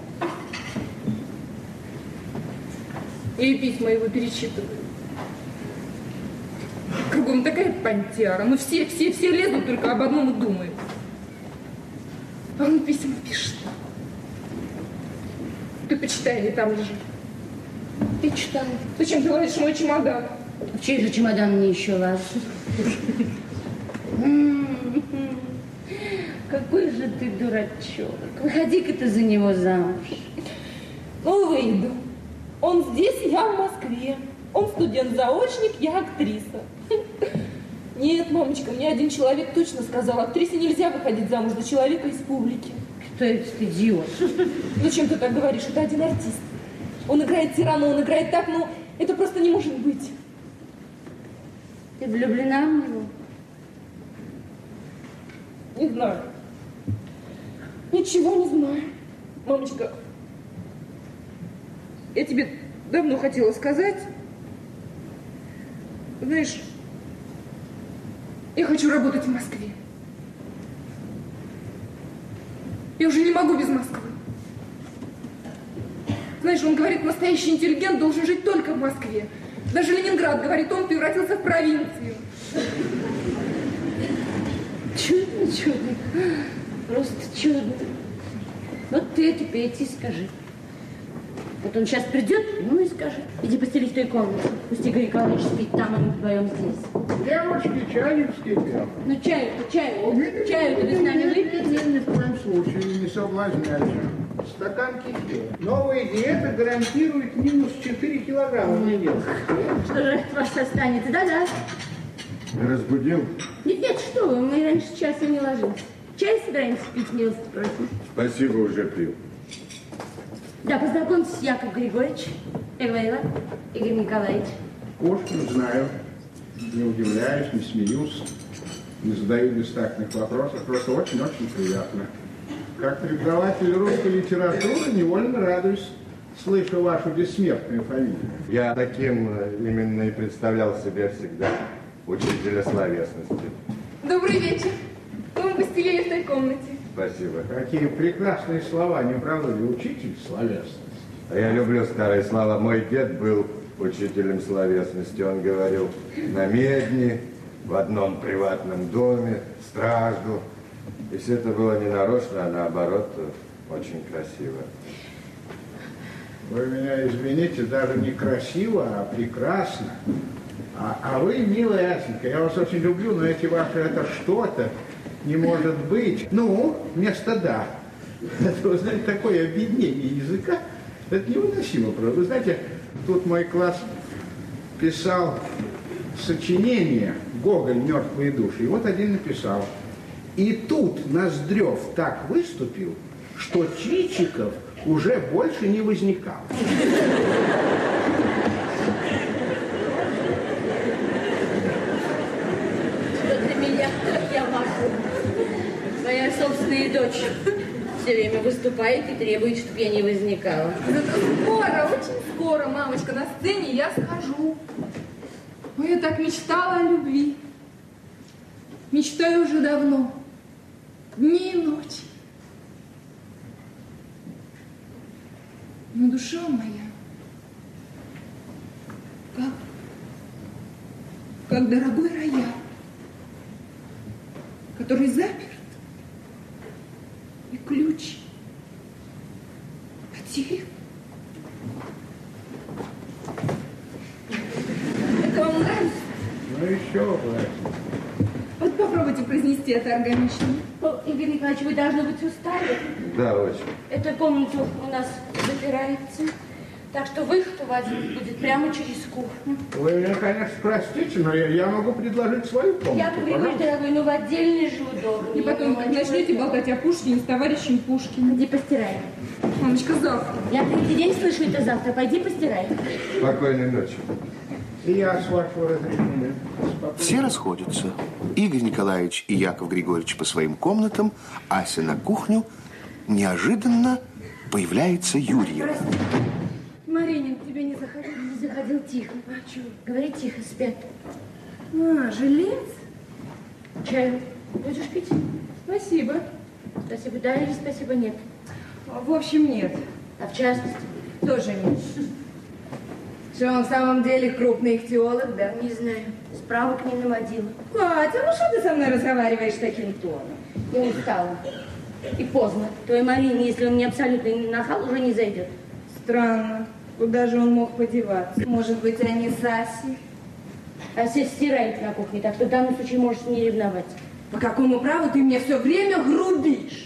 И письма его перечитываю. Кругом такая понтяра. Ну все лезут, только об одном и думают. А он письма пишет. Ты почитай, они там лежат. Ты читала. Зачем ты лазишь в мой чемодан? В чей же чемодан мне еще лазить? Какой же ты дурачок. Выходи-ка ты за него замуж. Ну, выйду. Он здесь, я в Москве. Он студент-заочник, я актриса. Нет, мамочка, мне один человек точно сказал, актрисе нельзя выходить замуж за человека из публики. Что это, идиот? Зачем ты так говоришь? Это один артист. Он играет тирана, он играет так, но это просто не может быть. Ты влюблена в него? Не знаю. Ничего не знаю. Мамочка, я тебе давно хотела сказать. Знаешь, я хочу работать в Москве. Я уже не могу без Москвы. Знаешь, он говорит, настоящий интеллигент должен жить только в Москве. Даже Ленинград, говорит, он превратился в провинцию. Чудно, чудно. Просто чудно. Вот ты это Пете скажи. Вот он сейчас придет, ну и скажи. Иди постелись в той комнате. Пусть Игорь Николаевич спит там, а мы вдвоем здесь. Девушки, чайник вскипел. Ну чаю-то ты с нами выпьешь? Ни в коем случае, не соблазняйся. Стакан кефира. Новая диета гарантирует минус 4 килограмма в неделю. Что же от вас останется? Да-да. Разбудил? Нет, что вы, мы раньше часа не ложимся. Чай собираемся пить, милости просим. Спасибо, уже пил. Да, познакомьтесь, Яков Григорьевич. Эвела, Игорь Николаевич. Кошкин знаю. Не удивляюсь, не смеюсь, не задаю бестактных вопросов. Просто очень-очень приятно. Как преподаватель русской литературы невольно радуюсь, слышу вашу бессмертную фамилию. Я таким именно и представлял себя всегда, учителя словесности. Добрый вечер. Мы постелили в той комнате. Спасибо. Какие прекрасные слова, не правда ли, учитель словесности? А я люблю старые слова. Мой дед был учителем словесности. Он говорил на медне, в одном приватном доме, стражду. И все это было не нарочно, а наоборот, очень красиво. Вы меня извините, даже не красиво, а прекрасно. А вы, милая Асенька, я вас очень люблю, но эти ваши это что-то не может быть. Ну, вместо «да». Это, вы знаете, такое объединение языка, это невыносимо просто. Вы знаете, тут мой класс писал сочинение «Гоголь. Мертвые души». И вот один написал. И тут Ноздрев так выступил, что Чичиков уже больше не возникал. Что для меня, я могу. Моя собственная дочь все время выступает и требует, чтобы я не возникала. Зато скоро, очень скоро, мамочка, на сцене я схожу. Ой, я так мечтала о любви. Мечтаю уже давно. Дни и ночи. Но душа моя, как дорогой рояль, который заперт, и ключ потерян. Это вам нравится? Ну еще бы. Вот попробуйте произнести это органично. Игорь Николаевич, вы должны быть устали. Да, очень. Эта комната у нас запирается. Так что выход у вас будет прямо через кухню. Вы меня, конечно, простите, но я могу предложить свою комнату. Я говорю, дорогой, ну в отдельный же удобно. И потом, как начнете болтать о Пушкине с товарищем Пушкиным. Иди постирай. Мамочка, завтра. Я третий день слышу это завтра. Пойди постирай. Спокойной ночи. И я, с вашего разрешения. Все расходятся. Игорь Николаевич и Яков Григорьевич по своим комнатам, Ася на кухню. Неожиданно появляется Юрьев. Маринин, к тебе не заходил? Не заходил тихо. А что? Говори тихо, спят. А, жилец? Чаю будешь пить? Спасибо. Спасибо, да или спасибо, нет? В общем, нет. А в частности? Тоже нет. Что, он в самом деле крупный ихтиолог, да? Не знаю. Справок не наводила. Катя, ну что ты со мной разговариваешь таким тоном? Я устала. И поздно. Твой Марине, если он мне абсолютно не нахал, уже не зайдет. Странно. Куда же он мог подеваться? Может быть, они с Асей? Ася стирает на кухне, так что в данном случае можешь не ревновать. По какому праву ты мне все время грубишь?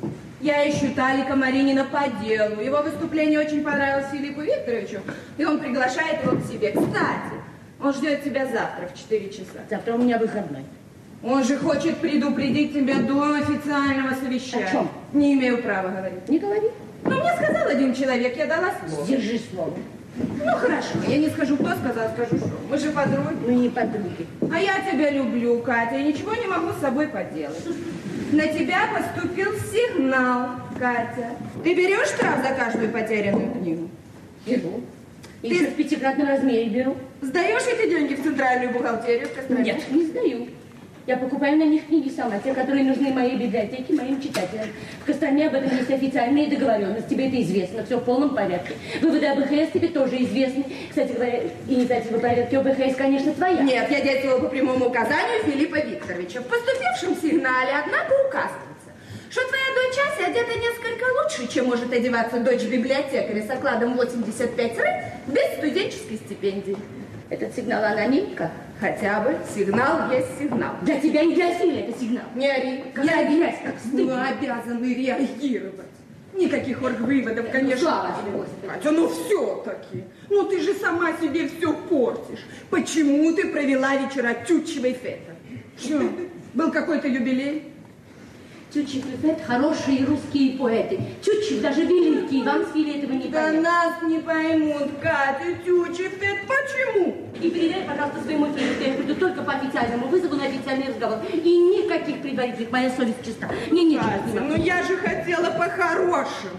Я ищу Талика Маринина по делу. Его выступление очень понравилось Филиппу Викторовичу, и он приглашает его к себе. Кстати, он ждет тебя завтра в 4 часа. Завтра у меня выходной. Он же хочет предупредить тебя до официального совещания. О чем? Не имею права говорить. Не говори. Ну, мне сказал один человек, я дала слово. Держи слово. Ну, хорошо, я не скажу, кто сказал, скажу, что. Мы же подруги. Мы не подруги. А я тебя люблю, Катя, и ничего не могу с собой поделать. На тебя поступил сигнал, Катя. Ты берешь штраф за каждую потерянную книгу? Беру. И еще в 5-кратном размере беру. Сдаешь эти деньги в центральную бухгалтерию в Костроме? Нет, не сдаю. Я покупаю на них книги сама, те, которые нужны моей библиотеке, моим читателям. В Костроме об этом есть официальные договоренности, тебе это известно, все в полном порядке. Выводы об ОБХС тебе тоже известны. Кстати говоря, инициатива порядка ОБХС, конечно, твоя. Нет, я действовала по прямому указанию Филиппа Викторовича. В поступившем сигнале, однако, указывается, что твоя дочь Ася одета несколько лучше, чем может одеваться дочь библиотекаря с окладом 85 рыб без студенческой стипендии. Этот сигнал анонимка? Хотя бы сигнал есть сигнал. Для тебя не для Фили это сигнал. Не ори. Какая грязь, как стыдно. Мы обязаны реагировать. Никаких оргвыводов, конечно. Слава тебе, Господи. Катя, ну все-таки. Ну ты же сама себе все портишь. Почему ты провела вечера Тютчевой фета? Что, был какой-то юбилей? Тютчев и Фет хорошие русские поэты. Тютчев даже великий, вам с Фили этого не Да понять. нас не поймут, Катя, Тютчев и Фет, почему? И передай, пожалуйста, своему Филе, что я приду только по официальному вызову на официальный разговор. И никаких предварительных, моя совесть чиста. Мне нечего Катя, снимать. ну я же хотела по-хорошему.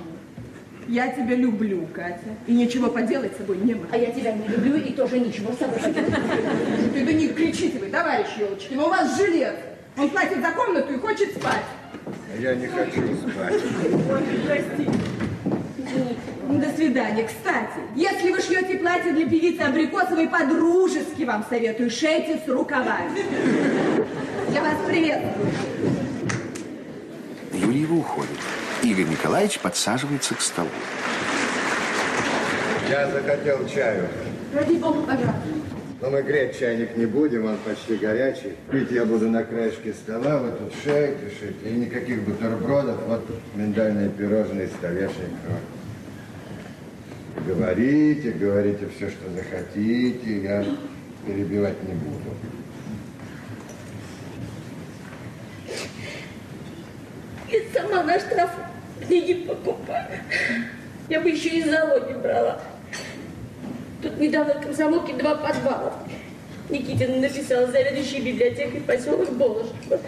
Я тебя люблю, Катя, и ничего поделать с собой не могу. А я тебя не люблю и тоже ничего с собой поделать. Ты да не кричите вы, товарищ Елочкин, у вас жилец. Он платит за комнату и хочет спать. Я не хочу спать. Ой, прости. извините. До свидания. Кстати, если вы шьете платье для певицы Абрикосовой, подружески вам советую, шейте с рукавами. Я вас приветствую. Юрьева уходит. Игорь Николаевич подсаживается к столу. Я захотел чаю. Ради бога, пожалуйста. Но мы греть чайник не будем, он почти горячий. Пить я буду на краешке стола, вы тут шейте. И никаких бутербродов, вот миндальные пирожные, столешник. Говорите все, что захотите, я перебивать не буду. Я сама на штраф книги покупаю. Я бы еще и залоги брала. Тут недавно в Комсомолке 2 подвала. Никитина написала заведующей библиотекой поселок Болошево.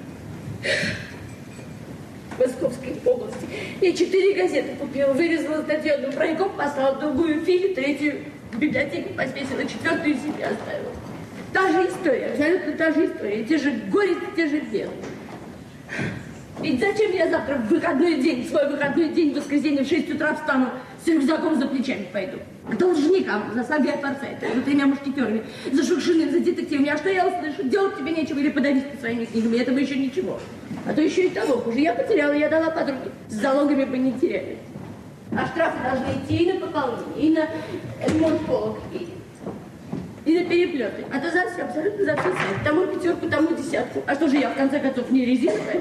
В Московской области. Я 4 газеты купила, вырезала статью одну про Икоп, послала другую Филе, 3-ю в библиотеке посвесила, 4-ю себе оставила. Та же история, абсолютно та же история. Те же горести, те же беды. Ведь зачем я завтра в выходной день, свой выходной день, в воскресенье в 6 утра встану, с рюкзаком за плечами пойду? К должникам, за Сагой Форсайта, за 3 мушкетерами, за Шукшиным, за детективами. А что я услышу? Делать тебе нечего или подавить своими книгами? Этого еще ничего. А то еще и того хуже. Я потеряла, я дала подруге. С залогами бы не теряли. А штрафы должны идти и на пополнение, и на ремонт полок, и на переплеты. А то за все, абсолютно за все сами. Тому 5, тому 10. А что же я, в конце концов, не резиновая?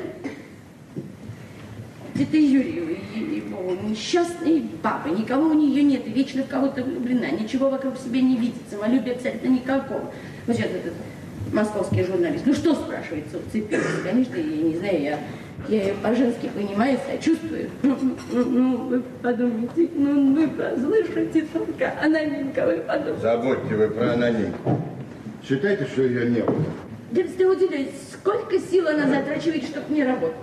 Это Юрьева, несчастные бабы, никого у нее нет, вечно в кого-то влюблена, ничего вокруг себя не видит, самолюбия абсолютно никакого. Вот сейчас этот московский журналист, ну что, спрашивается, уцепилась? Конечно, я не знаю, я ее по-женски понимаю, сочувствую. Ну, вы подумайте, вы послышите только анонимка, вы подумайте. Забудьте вы про анонимку. Считайте, что ее не было. Я всегда удивляюсь, сколько сил она затрачивает, чтобы не работать.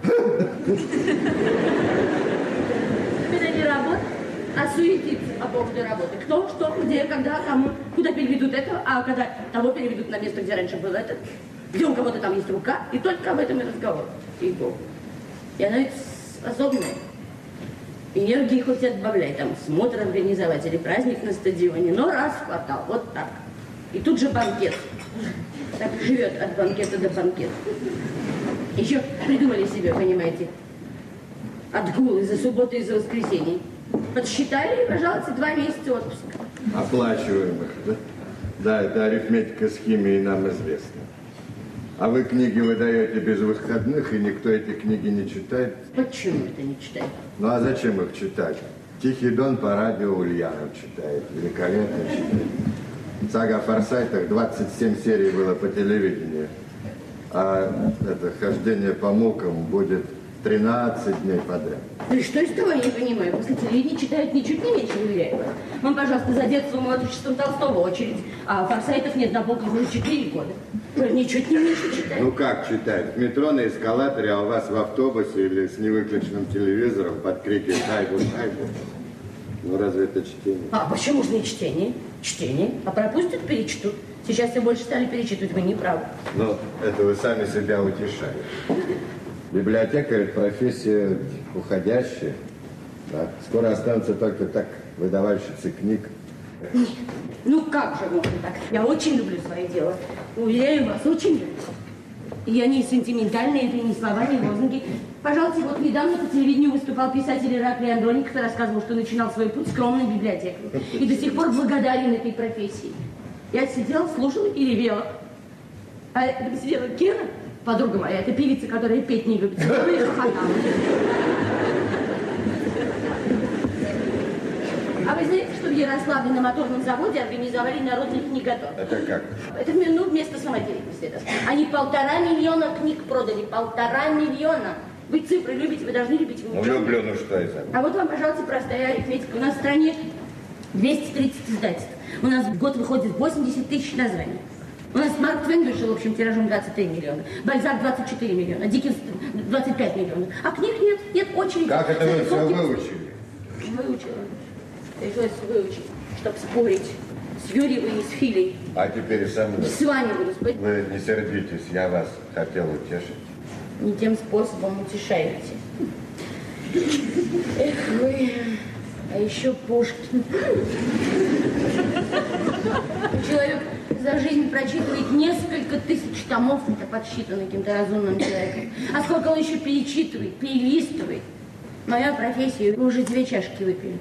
Это не работа, а суетиться по поводу работы. Кто, что, где, когда, кому, куда переведут это, а когда того переведут на место, где раньше был этот, где у кого-то там есть рука, и только об этом и разговор. И она ведь способная. Энергии хоть отбавляй, там смотр организовать или праздник на стадионе, но раз в квартал, вот так. И тут же банкет. Так живет от банкета до банкета. Еще придумали себе, понимаете, отгулы за субботу и за воскресенье. Подсчитали, и, пожалуйста, 2 месяца отпуска. Оплачиваемых, да? Да, это арифметика с химией нам известна. А вы книги выдаете без выходных, и никто эти книги не читает? Почему это не читает? Ну а зачем их читать? «Тихий дон» по радио Ульянов читает, великолепно читает. «Сага о Форсайтах» 27 серий было по телевидению. А это «Хождение по мукам» будет 13 дней подряд. Ну и что из того, я не понимаю. После телевидения читают ничуть не меньше Уверяева. Вон, пожалуйста, за детством и отрочеством Толстого очередь. А Форсайтов нет на полках уже 4 года. Ничуть не меньше читают. Ну как читают? В метро, на эскалаторе, а у вас в автобусе или с невыключенным телевизором под крики «Шайбу, шайбу». Ну разве это чтение? А почему же не чтение? Чтение. А пропустят, перечтут. Сейчас все больше стали перечитывать, вы не правы. Ну, это вы сами себя утешаете. Библиотекарь – профессия уходящая. Да? Скоро останутся только так выдавальщицы книг. Нет, ну как же можно так? Я очень люблю свое дело. Уверяю вас, очень люблю. И я не сентиментальная, это не слова, не лозунги. Пожалуйста, вот недавно по телевидению выступал писатель Ираклий Андроник, который рассказывал, что начинал свой путь скромной библиотекой. И до сих пор благодарен этой профессии. Я сидела, слушала и ревела. А рядом сидела Кира, подруга моя, это певица, которая петь не любит. Которая хохотала. А вы знаете, что в Ярославле на моторном заводе организовали народный книготор? Это как? Это, ну, вместо самодеятельности. Это. Они 1,5 миллиона книг продали. 1,5 миллиона. Вы цифры любите, вы должны любить. Ну, люблю, ну что это? А вот вам, пожалуйста, простая арифметика. У нас в стране 230 издательств. У нас в год выходит 80 тысяч названий. У нас Марк Твен вышел общим тиражом 23 миллиона. Бальзак 24 миллиона. Диккенс 25 миллионов. А книг нет. Нет очереди. Как это вы все выучили? Выучила. Пришлось выучить, чтобы спорить с Юрьевой и с Филей. А теперь со мной. С вами буду спорить. Вы не сердитесь, я вас хотел утешить. Не тем способом утешаете. Эх вы. А еще Пушкин. Человек за жизнь прочитывает несколько тысяч томов, это подсчитано каким-то разумным человеком. А сколько он еще перечитывает, перелистывает. Моя профессия, вы уже 2 чашки выпили.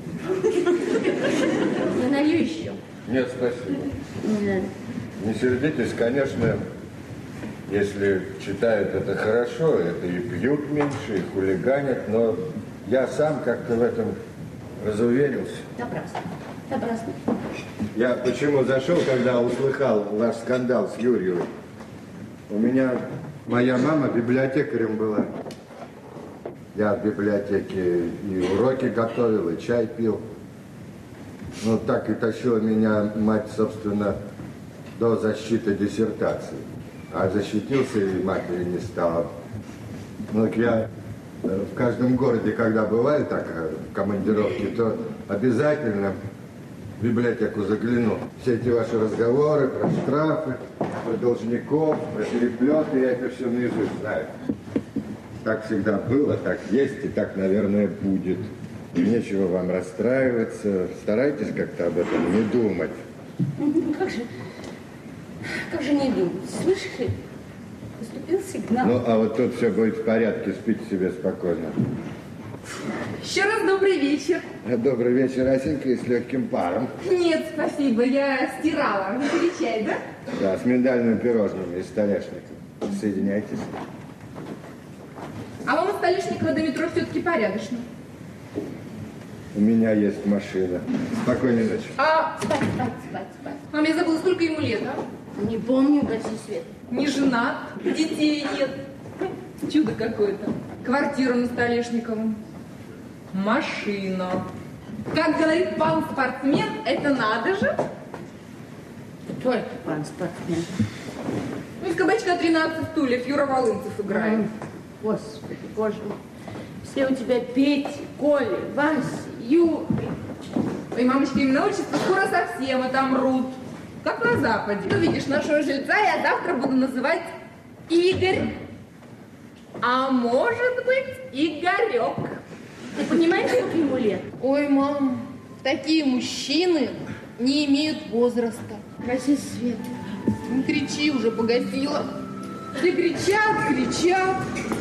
Я налью еще. Нет, спасибо. Не надо. Не сердитесь, конечно, если читают это хорошо, это и пьют меньше, и хулиганят, но я сам как-то в этом разуверился. Напрасно. Напрасно. Я почему зашел, когда услыхал ваш скандал с Юрьевой? У меня моя мама библиотекарем была. Я в библиотеке и уроки готовил, и чай пил. Ну, так и тащила меня мать, собственно, до защиты диссертации. А защитился, и матери не стало. Ну, я в каждом городе, когда бываю так, в командировке, то обязательно в библиотеку загляну. Все эти ваши разговоры про штрафы, про должников, про переплеты, я это все наизусть знаю. Так всегда было, так есть и так, наверное, будет. И нечего вам расстраиваться. Старайтесь как-то об этом не думать. Как же не думать? Слышишь, поступил сигнал. Ну, а вот тут все будет в порядке, спите себе спокойно. Еще раз добрый вечер. Добрый вечер, Асенька, и с легким паром. Нет, спасибо, я стирала. Вы чай, да? Да, с миндальными пирожными из Столешника. Соединяйтесь. А вам из Столешникова до метро все-таки порядочно. У меня есть машина. Спокойной ночи. Спать. Мам, я забыла, сколько ему лет, а? Не помню, гаси свет. Не женат, детей нет. Чудо какое-то. Квартира на Столешниковом. Машина. Как говорит пан спортсмен, это надо же. Кто это пан спортсмен? Ну, из кабачка 13 стульев Юра Волынцев играет. Господи, боже мой. Все у тебя Пети, Коли, Васи, Юры. Ой, мамочка, именно отчество скоро совсем отомрут. Как на Западе. Ну, видишь, нашего жильца я завтра буду называть Игорь. А может быть, Игорек. Ты понимаешь, сколько ему лет? Ой, мам, такие мужчины не имеют возраста. Гаси свет. Не кричи, уже погасила. Все кричат.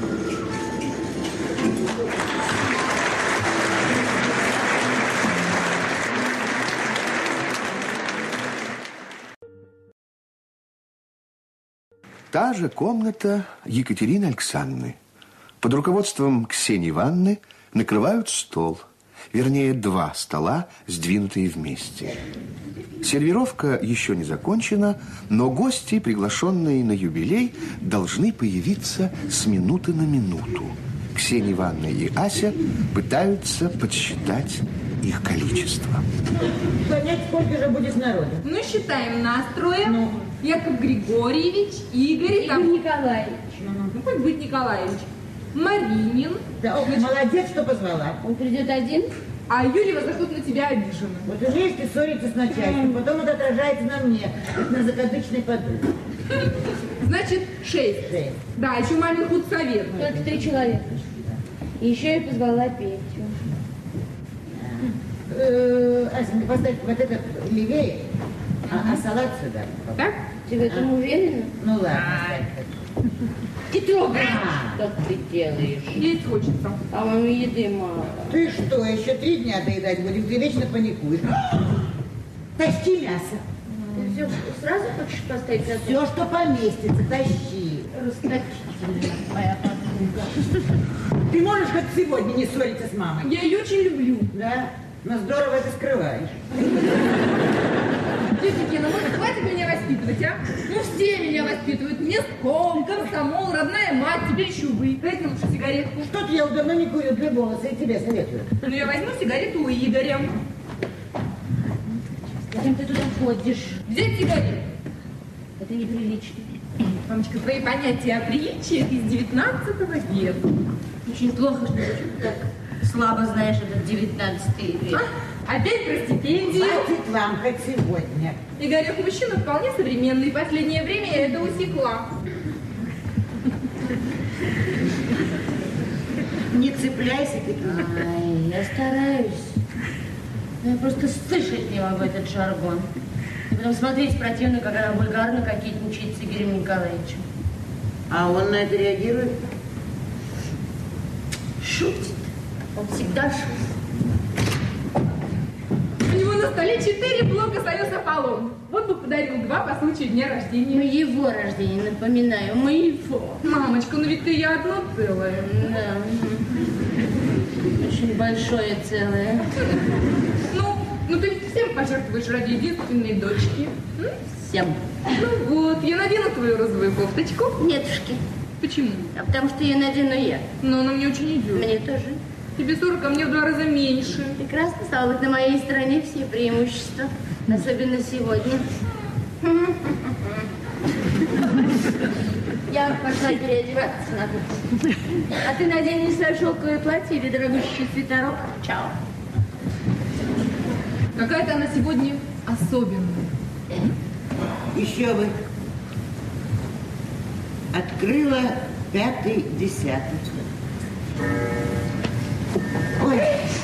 Та же комната Екатерины Александровны. Под руководством Ксении Ивановны накрывают стол. Вернее, 2 стола, сдвинутые вместе. Сервировка еще не закончена, но гости, приглашенные на юбилей, должны появиться с минуты на минуту. Ксения Ивановна и Ася пытаются подсчитать их количество. Понять, сколько же будет народу? Ну, считаем настроем. Яков Григорьевич, Игорь Николаевич. Ну, хоть быть Николаевич. Маринин. Да, молодец, что позвала. Он придет один? А Юрьева за что-то на тебя обижена. Вот уже если ссориться с начальством, потом это отражается на мне, как на закадычной подруге. Значит, 6. Да, еще мамин худсовет. Только 3 человека. И еще я позвала Петю. Асенька, поставь вот этот левее, а салат сюда. Так? Ты в этом уверена? Ну ладно. Не трогай, что ты делаешь. Есть хочется. А вам еды мало. Ты что, еще 3 дня доедать будем? Ты вечно паникуешь. Тащи мясо. Ты все сразу хочешь поставить на Все, что поместится, тащи. Расточительная моя подруга. Ты можешь хоть сегодня не ссориться с мамой? Я ее очень люблю. Да? Но здорово это скрываешь. Тетя Гена, может, хватит меня воспитывать, а? Ну, все меня воспитывают. Местком, комсомол, родная мать, теперь еще вы. Дайте лучше сигаретку. Что-то я давно не курил, для волоса, и тебе советую. Ну, я возьму сигарету у Игоря. Зачем ты туда ходишь? Взять сигарету. Это неприлично. Мамочка, твои понятия о приличии из 19 века. Очень плохо, что ты так слабо знаешь этот 19 век. Опять про стипендию. Хватит вам хоть сегодня. Игорек мужчина вполне современный. В последнее время я это усекла. Не цепляйся, Петруня. Ай, я стараюсь. Я просто слышать не могу этот жаргон. И потом смотреть противно, как она вульгарно кокетничает с Игорем Николаевичем. А он на это реагирует? Шутит. Он всегда шутит. У него на столе 4 блока «Союз Аполлон». Вот бы подарил 2 по случаю дня рождения. Моего рождения, напоминаю, моего. Мамочка, ну ведь ты я одно целое. Да. Очень большое целое. Ну ты ведь всем пожертвуешь ради единственной дочки. Всем. Ну вот, я надену твою розовую кофточку. Нетушки. Почему? А потому что ее надену я. Но она мне очень идет. Мне тоже. Тебе 40, а мне в 2 раза меньше. Прекрасно, стало быть, на моей стороне все преимущества. Особенно сегодня. Я пошла переодеваться на кухню. А ты надень свое шелковое платье или дорогущий свитерок. Чао. Какая-то она сегодня особенная. Еще бы. Открыла 5-й десяток. Ой.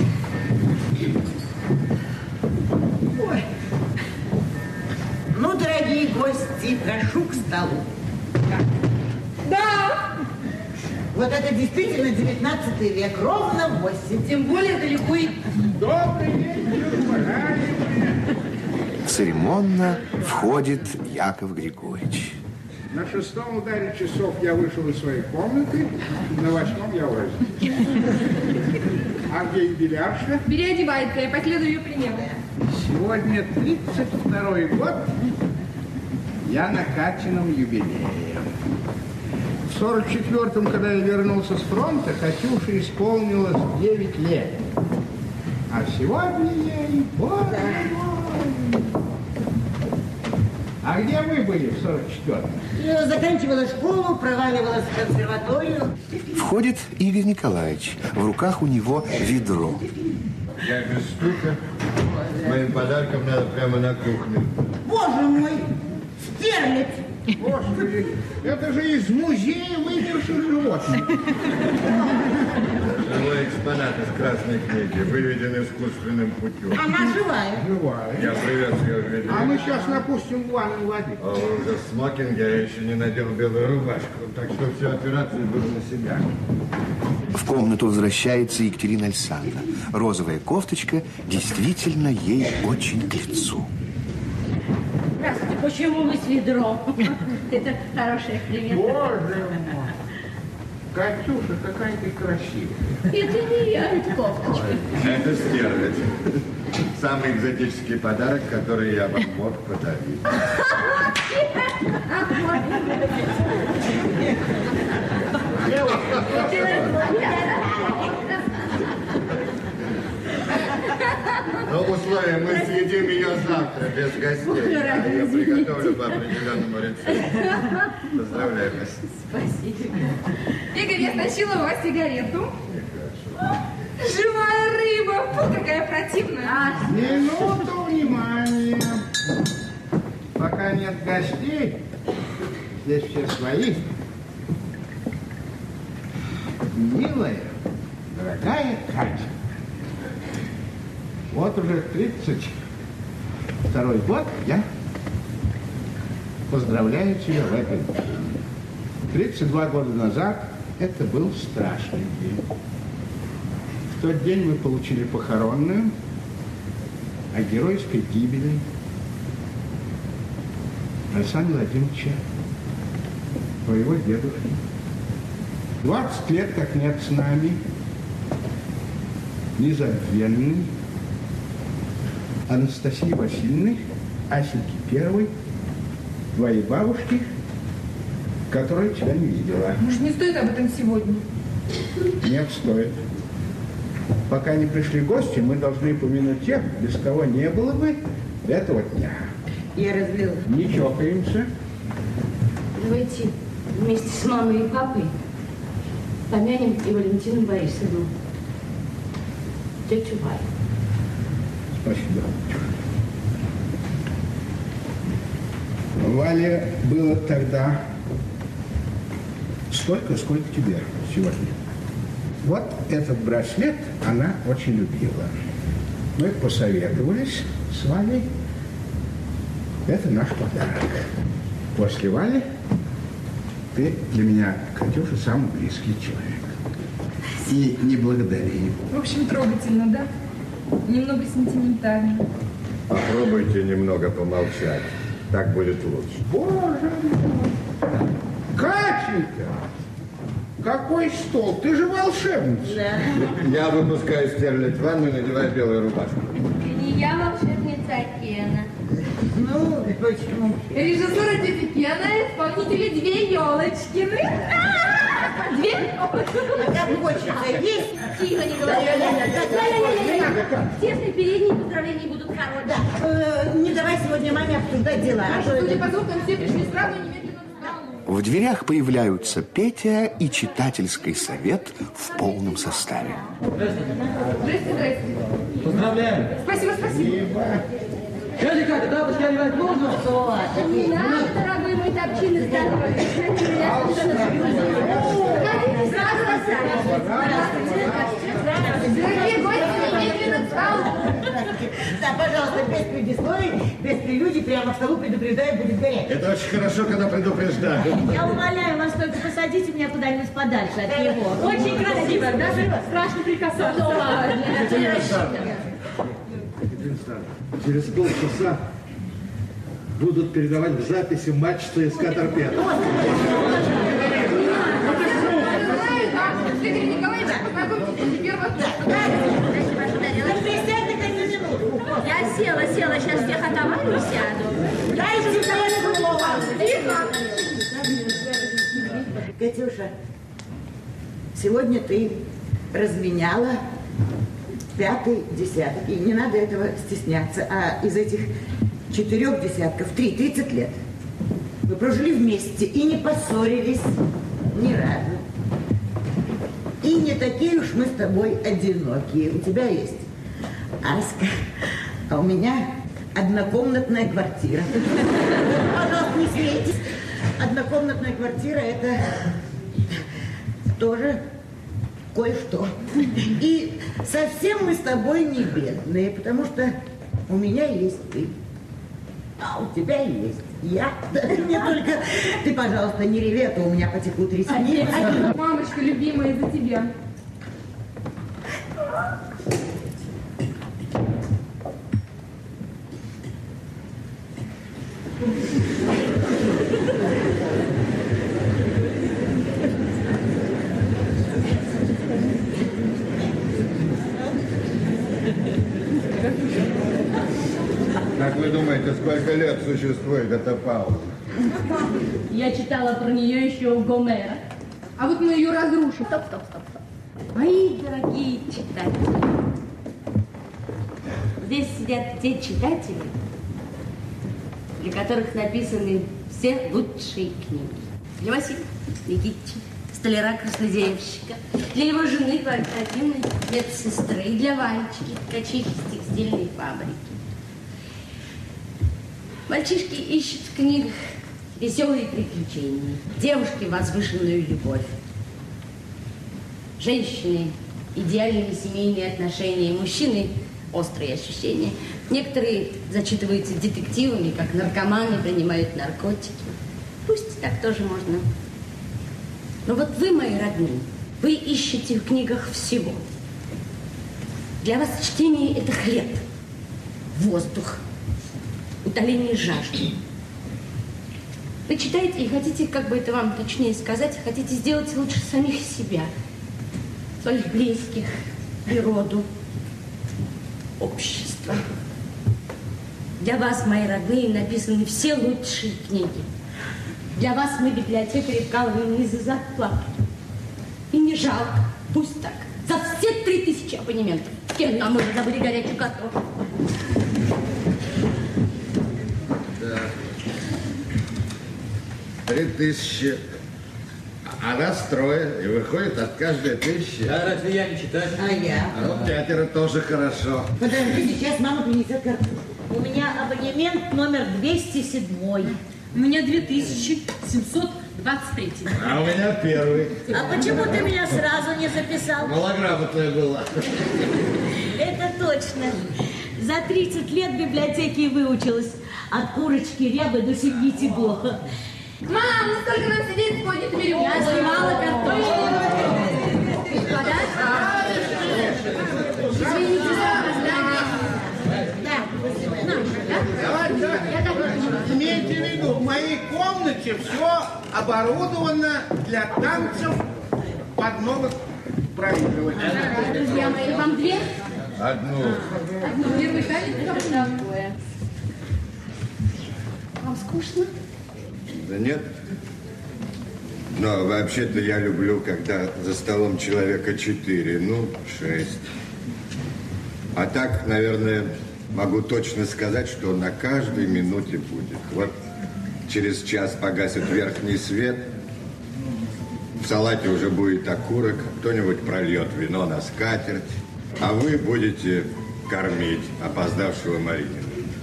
Ой. Ну, дорогие гости, прошу к столу. Да! Вот это действительно 19 век, ровно 8. Тем более далеко и... Добрый вечер, уважаемые. Церемонно входит Яков Григорьевич. На 6-м ударе часов я вышел из своей комнаты, на 8-м я возьму. А где юбилярша? Переодевается, я последую ее примеру. Сегодня 32-й год, я на Катином юбилее. В 44-м, когда я вернулся с фронта, Катюше исполнилось 9 лет. А сегодня ей, боже мой! А где вы были в 44-м? Заканчивала школу, проваливалась в консерваторию. Входит Игорь Николаевич. В руках у него ведро. Я без стука. С моим подарком надо прямо на кухню. Боже мой, стерлядь! Господи, это же из музея вымерших животных. Живой экспонат из Красной книги, выведен искусственным путем. Она живая. Живая. Я привез ее в ведре. А мы сейчас напустим в ванну воды. О, уже в смокинге, я еще не надел белую рубашку, так что всю операцию буду на себя. В комнату возвращается Екатерина Александровна. Розовая кофточка действительно ей очень к лицу. Здравствуйте, почему вы с ведром? Это хорошая примета. Боже мой! Катюша, какая ты красивая. Это не я, это кофточка. Это стерлядь. Самый экзотический подарок, который я вам мог подарить. Но условия, мы съедим ее завтра, без гостей. Я ее приготовлю по определенному рецепту. Поздравляю вас. Спасибо. Игорь, я стащила у вас сигарету. Живая рыба. Фу, какая противная. Минуту внимания. Пока нет гостей, здесь все свои. Милая, дорогая Катя, вот уже 32-й год я поздравляю тебя в этом день. 32 года назад это был страшный день. В тот день мы получили похоронную о геройской гибели Александра Владимировича, твоего дедушки. 20 лет как нет с нами, незабвенный Анастасии Васильевны, Асеньки Первой, твоей бабушки, которая тебя не видела. Может, не стоит об этом сегодня? Нет, стоит. Пока не пришли гости, мы должны помянуть тех, без кого не было бы этого дня. Я разлила. Не чокаемся. Давайте вместе с мамой и папой помянем и Валентину Борисовну, тетю Варю. Спасибо. Вале было тогда столько, сколько тебе сегодня. Вот этот браслет она очень любила. Мы посоветовались с Валей. Это наш подарок. После Вали ты для меня, Катюша, самый близкий человек. И не благодари. В общем, трогательно, да? Немного сентиментально. Попробуйте немного помолчать. Так будет лучше. Боже мой! Катенька! Какой стол? Ты же волшебница. Да. Я выпускаю стерлядь в ванну и надеваю белую рубашку. Не я волшебница, а Кена. Ну, почему? Режиссера тетя Кена, исполнители две елочкины. Две елочки. Как хочется есть. Тихо, не говори. В тесной передней поздравления будут хорошие. Да. Не давай сегодня маме обсуждать дела. Судя по звукам, все пришли сразу немедленно к столу. В дверях появляются Петя и читательский совет в полном составе. Здрасте, здрасте. Поздравляю. Спасибо, спасибо. Дядя Катя, тапочки одевать нужно? Не надо, дорогой мой топчины, здоровья. Хотите сразу рассадить? Дорогие гости, немедленно к столу. Да, пожалуйста, без предисловий, без прелюдий, прямо к столу, предупреждаю, будет горячо. Это очень хорошо, когда предупреждают. Я умоляю вас, только посадите меня куда-нибудь подальше от него. Очень красиво, даже страшно прикасаться. Через полчаса будут передавать в записи матч ЦСКА «Торпедо». Игорь Николаевич, познакомьтесь, первого Я села, сейчас всех отоварю и сяду. Дайте слово. Тихо. Катюша, сегодня ты разменяла 5-й десяток. И не надо этого стесняться. А из этих 4 десятков 30 лет вы прожили вместе и не поссорились ни разу. И не такие уж мы с тобой одинокие. У тебя есть Аська, а у меня однокомнатная квартира. Пожалуйста, не смейтесь. Однокомнатная квартира – это тоже кое-что. И совсем мы с тобой не бедные, потому что у меня есть ты, а у тебя есть я. Мне только... Ты, пожалуйста, не реви, а то у меня потекут ресницы. Мамочка любимая, за тебя. Как вы думаете, сколько лет существует эта пауза? Я читала про нее еще у Гомера. А вот мы ее разрушим. Стоп. Мои дорогие читатели, здесь сидят те читатели, для которых написаны все лучшие книги. Для Василия Никитича, столяра-краснодеревщика, для его жены, корпоративной медсестры, и для Ванечки, ткачихи с текстильной фабрики. Мальчишки ищут в книгах веселые приключения, девушки возвышенную любовь, женщины идеальные семейные отношения, мужчины острые ощущения. Некоторые зачитываются детективами, как наркоманы принимают наркотики. Пусть так тоже можно. Но вот вы, мои родные, вы ищете в книгах всего. Для вас чтение – это хлеб, воздух, утоление жажды. Вы читаете и хотите, как бы это вам точнее сказать, хотите сделать лучше самих себя, своих близких, природу, общество. Для вас, мои родные, написаны все лучшие книги. Для вас мы, библиотекари, вкалываем не за зарплату. И не жалко, пусть так, за все 3000 абонементов. Кем нам уже забыли горячую картошку? Да. 3000. А нас трое, и выходит от каждой 1000. А разве я не читаю? А я? Ну, 5 тоже хорошо. Подожди, сейчас мама принесет картошку. У меня абонемент номер 207. У меня 2729. 23-й. А у меня первый. А почему ты меня сразу не записал? Малограмотная была. Это точно. За 30 лет в библиотеке выучилась. От курочки рябы до семьи Тибоха. Мам, ну сколько нам сидеть с поднятыми рюмками? Я снимала картошку. Извините за опоздание. Имейте в виду, в моей комнате все оборудовано для танцев под новых проигрывателей. Друзья мои, вам две? Одну. Первый танец, второе. Вам скучно? Да нет. Но вообще-то я люблю, когда за столом человека 4, ну, 6. А так, наверное, могу точно сказать, что на каждой минуте будет. Вот через час погасит верхний свет, в салате уже будет окурок, кто-нибудь прольет вино на скатерть, а вы будете кормить опоздавшего Маринина.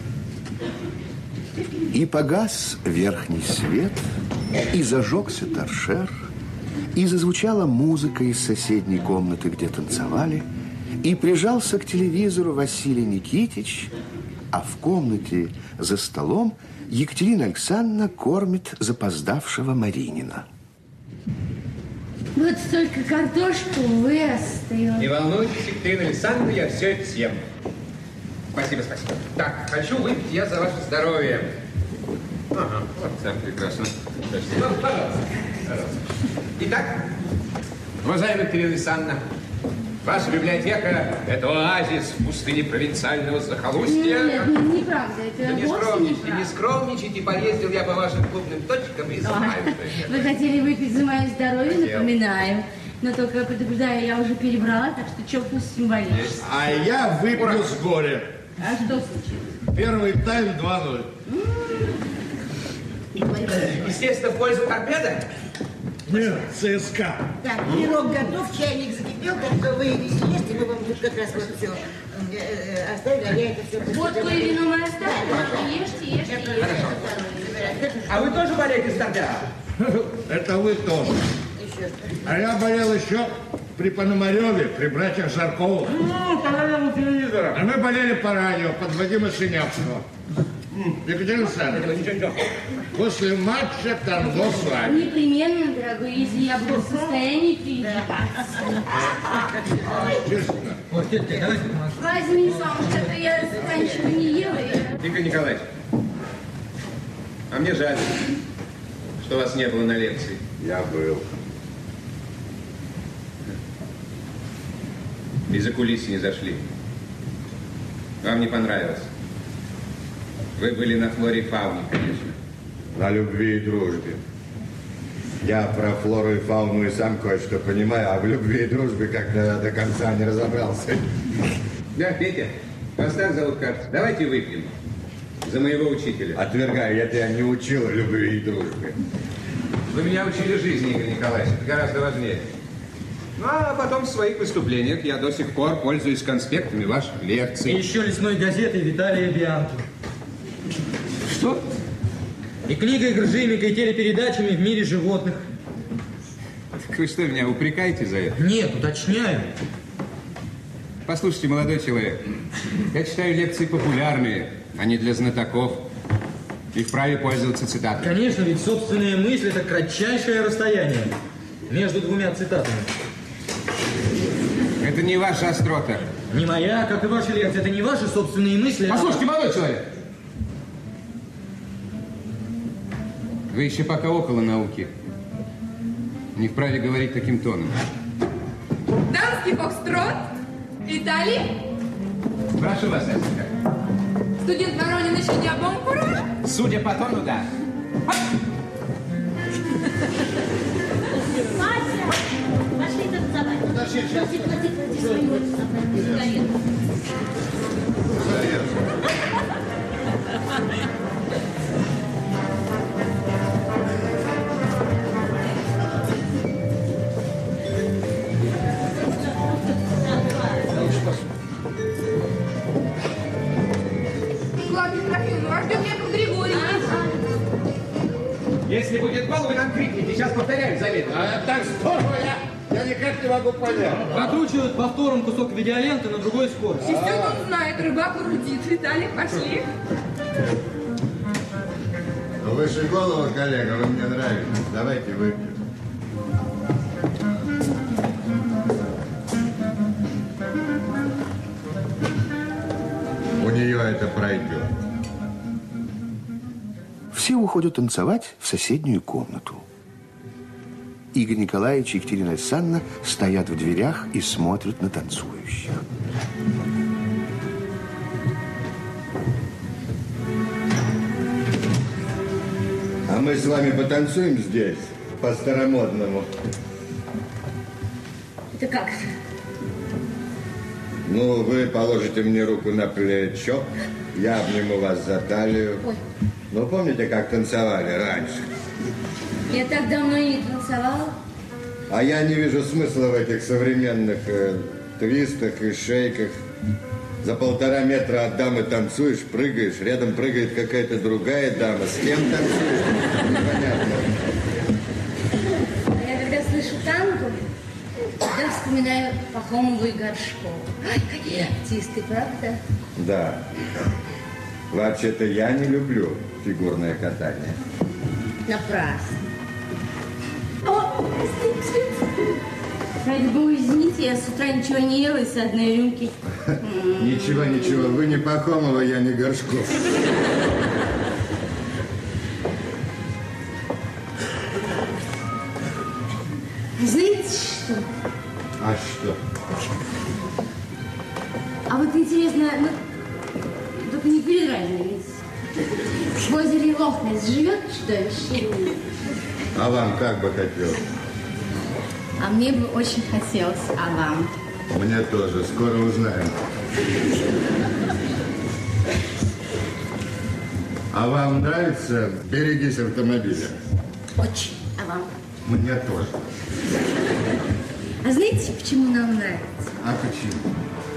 И погас верхний свет, и зажегся торшер, и зазвучала музыка из соседней комнаты, где танцевали, и прижался к телевизору Василий Никитич, а в комнате за столом Екатерина Александровна кормит запоздавшего Маринина. Вот столько картошку вырастила. Не волнуйтесь, Екатерина Александровна, я все это съем. Спасибо, спасибо. Так, хочу выпить я за ваше здоровье. Ага, вот так прекрасно. Ну, пожалуйста. Итак, уважаемая Екатерина Александровна, ваша библиотека – это оазис в пустыне провинциального захолустья. Нет, неправда, это да не вовсе скромничайте, неправда. не скромничайте. Поездил я по вашим клубным точкам и знаю, что это. Вы хотели выпить за мое здоровье, Хотел. напоминаю. Но только предупреждаю, я уже перебрала, так что чокнусь символически. А я выпью с горя. А что случилось? Первый тайм 2-0. Естественно, в пользу торпеда. Нет, ЦСКА. Так, пирог готов, чайник закипел, так что вы ешьте, мы вам тут как раз вот все оставили, а я это все... Водку и вино мы оставим, ешьте, ешьте. А вы тоже болеете с торпеда? Это вы тоже. А я болел еще при Пономареве, при братьях Жарковых. Ну, по телевизора. А мы болели по радио под Вадима Синявского. Екатерина Александровна, после матча танго с вами. Непременно, дорогой, если я буду в состоянии переживать. Честно. Вот, тетя, давайте помогу. Возьми, сам, что-то я раньше не ела. Игорь Николаевич, а мне жаль, что вас не было на лекции. Я был. И за кулисы не зашли. Вам не понравилось. Вы были на флоре и фауне, конечно. На любви и дружбе. Я про флору и фауну и сам кое-что понимаю, а в любви и дружбе как-то до конца не разобрался. Да, Петя, вас так зовут, кажется. Давайте выпьем. За моего учителя. Отвергаю, я тебя не учил любви и дружбе. Вы меня учили жизни, Игорь Николаевич. Это гораздо важнее. Ну, а потом в своих выступлениях я до сих пор пользуюсь конспектами ваших лекций. И еще лесной газетой Виталия Бианки. Что? И книгой Гржимика, и телепередачами в мире животных. Так вы что, меня упрекаете за это? Нет, уточняю. Послушайте, молодой человек, я читаю лекции популярные, а не для знатоков. И вправе пользоваться цитатами. Конечно, ведь собственная мысль – это кратчайшее расстояние между двумя цитатами. Это не ваша острота. Не моя, как и ваши лекции. Это не ваши собственные мысли. Послушайте, молодой человек. Вы еще пока около науки. Не вправе говорить таким тоном. Дамский фокстрот. Виталий. Прошу вас, Асенька. Студент Воронина Щадя Бонкура. Судя по тону, да. Вася, пошли танцевать. Плати свою сигарету. Клавдия Трофимовна, ваш Яков Григорьевич. Если будет гол, вы нам крикните. Сейчас повторяем заметно. А так здорово, я никак не могу понять. Прокручивают повтором кусок видеоленты на другой скорости. Систему он знает, рыбак урудит. Виталик, пошли. Выше голову, коллега, вы мне нравитесь. Давайте выпьем. У нее это пройдет. Все уходят танцевать в соседнюю комнату. Игорь Николаевич и Екатерина Александровна стоят в дверях и смотрят на танцующих. А мы с вами потанцуем здесь, по-старомодному. Это как же? Ну, вы положите мне руку на плечо, я обниму вас за талию. Ой. Ну, помните, как танцевали раньше? Я так давно и не танцевала. А я не вижу смысла в этих современных твистах и шейках. За 1,5 метра от дамы танцуешь, прыгаешь, рядом прыгает какая-то другая дама. С кем танцуешь? Непонятно. А я когда слышу танго, я вспоминаю Пахомову и Горшкову. Ай, какие артисты, правда? Да. Вообще-то я не люблю фигурное катание. Напрасно. О, ради бога, извините, я с утра ничего не ела из одной рюмки. Ничего, ничего, вы не Пахомова, я не Горшков. Знаете что? А что? А вот интересно, ну, только не передразнивайте. В озере Лохнес живет чудовище? А вам как бы хотелось? А мне бы очень хотелось, а вам? Мне тоже, скоро узнаем. А вам нравится «Берегись автомобиля»? Очень. А вам? Мне тоже. А знаете, почему нам нравится? А почему?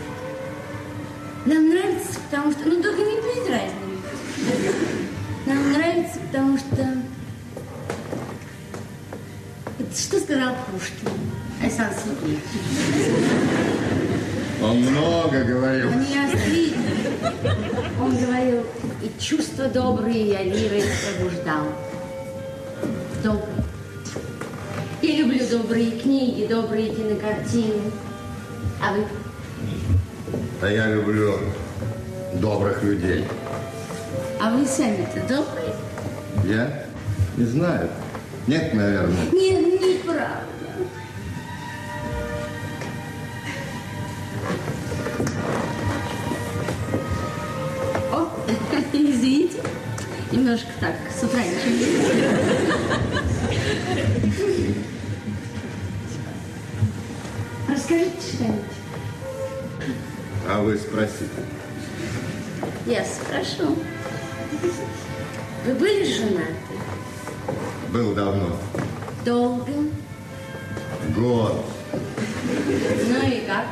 Нам нравится, потому что... Ну, только не передразнивайте. Нам нравится, потому что... Это что сказал Пушкин? Александр Сергеевич. Он много говорил. Он не острит. Он говорил, и чувства добрые я лирой пробуждал. Добрые. Я люблю добрые книги, добрые кинокартины. А вы? А я люблю добрых людей. А вы сами-то добрые? Я? Не знаю. Нет, наверное. Нет, неправда. О, извините. Немножко так, с утра ничего не... Расскажите что-нибудь. А вы спросите. Я спрошу. Вы были женаты? Был давно. Долго? Год. Ну и как?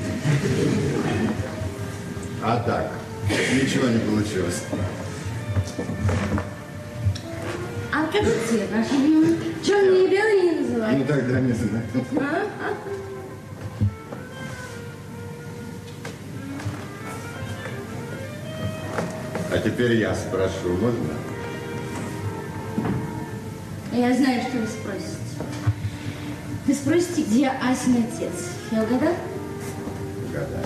А так, ничего не получилось. А какой цвет ваш любимый? Черный и белый не называют? Ну тогда не знаю. А теперь я спрошу, можно? Я знаю, что вы спросите. Вы спросите, где Асин отец. Я угадал? Угадай.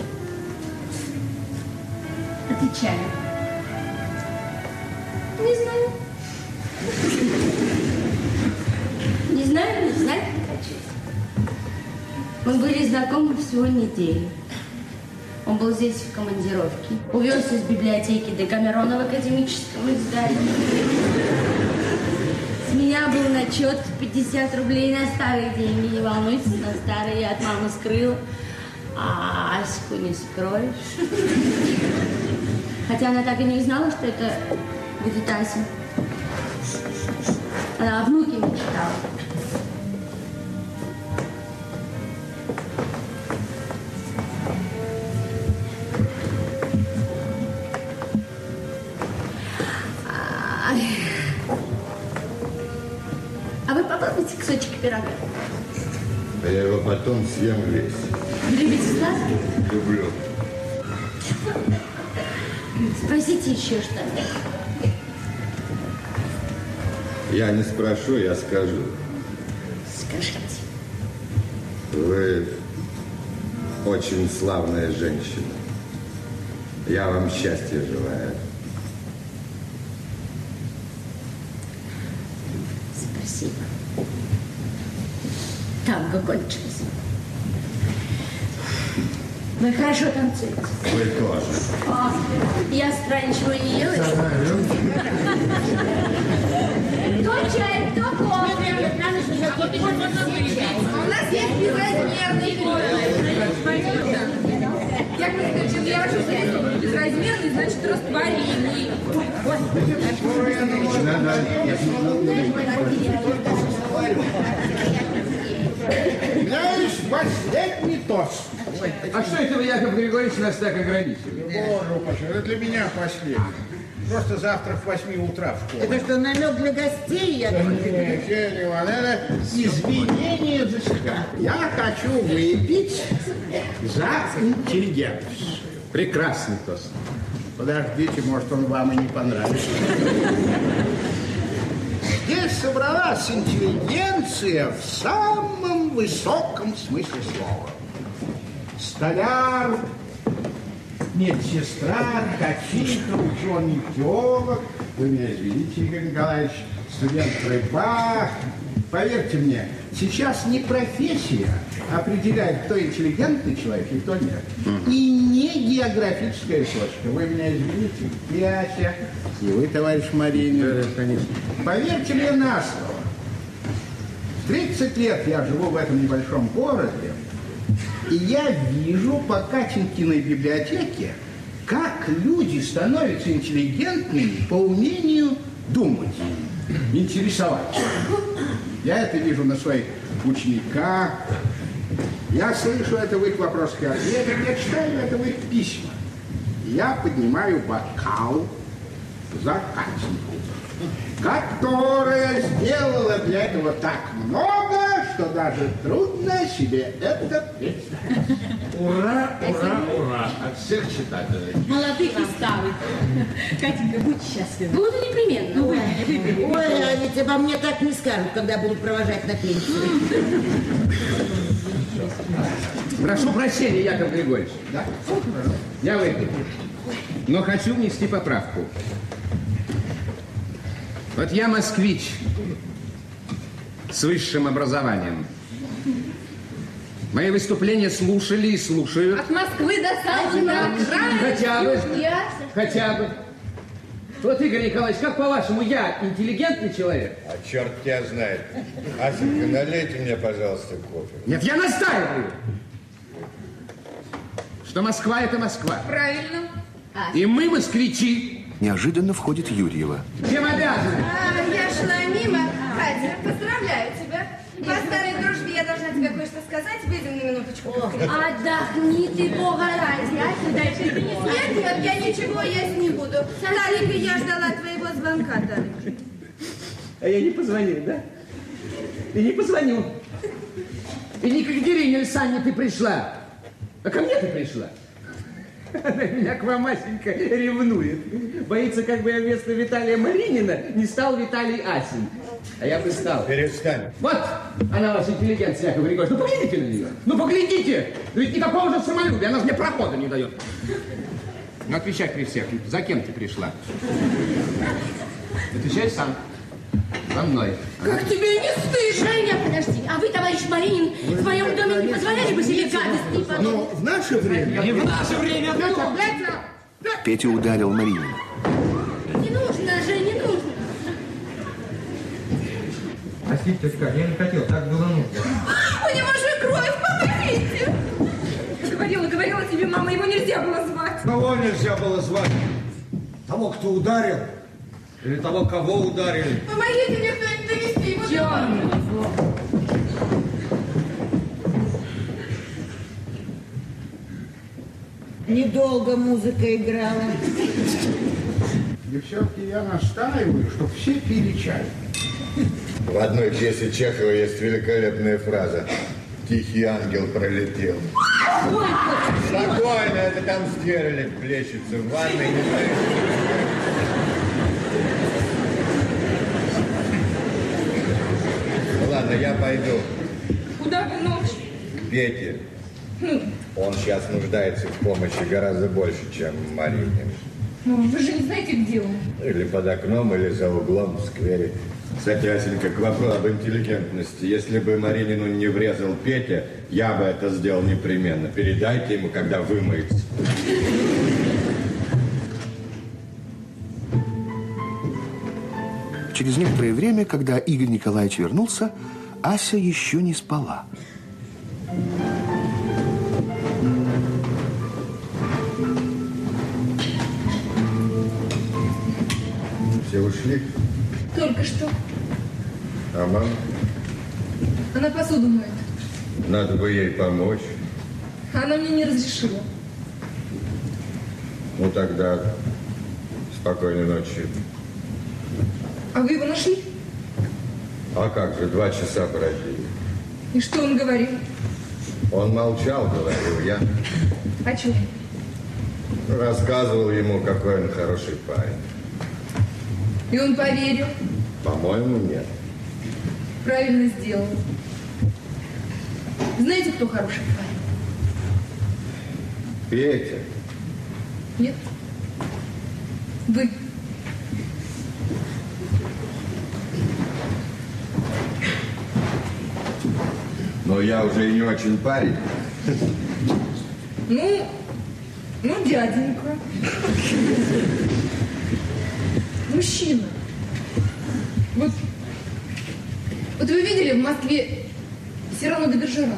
Отвечаю. Не знаю. Не знаю, не знать не хочу. Мы были знакомы всего неделю. Он был здесь в командировке. Увез из библиотеки Декамерона в академическом издании. С меня был начет 50 рублей на старые деньги. Не волнуйся, на старые я от мамы скрыла. А Аську не скроешь. Хотя она так и не знала, что это будет Ася. Она о внуке мечтала. А вы попробуйте кусочек пирога. А я его потом съем весь. Любите сладкое? Люблю. Спросите еще что-нибудь. Я не спрошу, я скажу. Скажите. Вы очень славная женщина. Я вам счастья желаю. Спасибо. Танго кончилось. Вы хорошо танцуете. Вы тоже. Я с утра ничего не ела. Кто чай, кто кофе? У нас есть безразмерный кофе. Я вашу советую, безразмерный, значит, растворимый. Знаешь, последний тост. А что это вы, Яков Григорьевич, нас так ограничили? Боже упаси, это для меня последний. Просто завтра в 8 утра в школу. Это что, намек для гостей, я думаю? Нет, это извинение за себя. Я хочу выпить за интеллигентность. Прекрасный тост. Подождите, может, он вам и не понравится. Здесь собралась интеллигенция в самом высоком смысле слова. Столяр, медсестра, ткачиха, ученый-теолог, вы меня извините, Игорь Николаевич, студент-рыбак. Поверьте мне, сейчас не профессия определяет, кто интеллигентный человек и кто нет. И не географическая точка. Вы меня извините, Яся, и вы, товарищ Маринин. Да, конечно. Поверьте мне на слово. 30 лет я живу в этом небольшом городе, и я вижу по Катенькиной библиотеке, как люди становятся интеллигентными по умению думать, интересоваться. Я это вижу на своих учениках. Я слышу это в их вопросах и ответах, я читаю это в их письмах. Я поднимаю бокал за Катеньку, которая сделала для этого так много, что даже трудно себе это представить. Ура, ура, ура! От всех читателей. Молодых и старых. Катенька, будь счастлива. Буду непременно. Ой, а ведь обо мне так не скажут, когда будут провожать на пенсию. Прошу прощения, Яков Григорьевич. Да? Я выпью. Но хочу внести поправку. Вот я москвич с высшим образованием. Мои выступления слушали и слушают. От Москвы до Сахина. Хотя бы. Вот, Игорь Николаевич, как по-вашему, я интеллигентный человек? А черт тебя знает. Асенька, налейте мне, пожалуйста, кофе. Нет, я настаиваю, что Москва — это Москва. Правильно. И мы, москвичи. Неожиданно входит Юрьева. Чем обязаны? Я шла мимо. Катя, поздравляю тебя. По старой дружбе я должна тебе кое-что сказать. Выйдем на минуточку. Отдохни ты, бога ради. Нет, я ничего есть не буду. Талика, я ждала твоего звонка, Талик. А я не позвонил, да? И не позвонил. И не к Екатерине Александровне ты пришла, а ко мне ты пришла. Она меня к вам, Масенька, ревнует. Боится, как бы я вместо Виталия Маринина не стал Виталий Асин. А я бы стал. Перестань. Вот она, ваша интеллигенция, Яков Григорьевич. Ну, поглядите на нее. Ну, поглядите. Да ведь никакого же самолюбия. Она же мне прохода не дает. Ну, отвечай при всех. За кем ты пришла? Отвечай сам. За мной. Как тебе не стыдно? Женя, подожди. А вы, товарищ Маринин, в моем доме не позволяли бы себе гадости? Но в наше время... Не в наше время. Петя ударил Маринина. Не нужно, Жень, не нужно. Простите, тетка, я не хотел, так было нужно. У него же кровь, помогите! Говорила тебе, мама, его нельзя было звать. Кого нельзя было звать? Того, кто ударил? Или того, кого ударили? Помогите мне кто-нибудь довести его. Недолго музыка играла. И все-таки я настаиваю, чтобы все пили чай. В одной пьесе Чехова есть великолепная фраза. Тихий ангел пролетел. Спокойно, это там стерлядь плещется в ванной. Не знаю. Ладно, я пойду. Куда вы ночь? К Пете. Он сейчас нуждается в помощи гораздо больше, чем Марине. Ну, вы же не знаете, где он. Или под окном, или за углом в сквере. Кстати, Асенька, к вопросу об интеллигентности. Если бы Маринину не врезал Петя, я бы это сделал непременно. Передайте ему, когда вымоется. Через некоторое время, когда Игорь Николаевич вернулся, Ася еще не спала. Все ушли? Только что. А мама? Она посуду моет. Надо бы ей помочь. Она мне не разрешила. Ну тогда спокойной ночи. А вы его нашли? А как же, 2 часа бродили. И что он говорил? Он молчал, говорил я. О чем? Рассказывал ему, какой он хороший парень. И он поверил? По-моему, нет. Правильно сделал. Знаете, кто хороший парень? Петя. Нет? Вы. Но я уже и не очень парень. Ну, дяденька. Мужчина. Вот вы видели в Москве Сирано де Бержерак?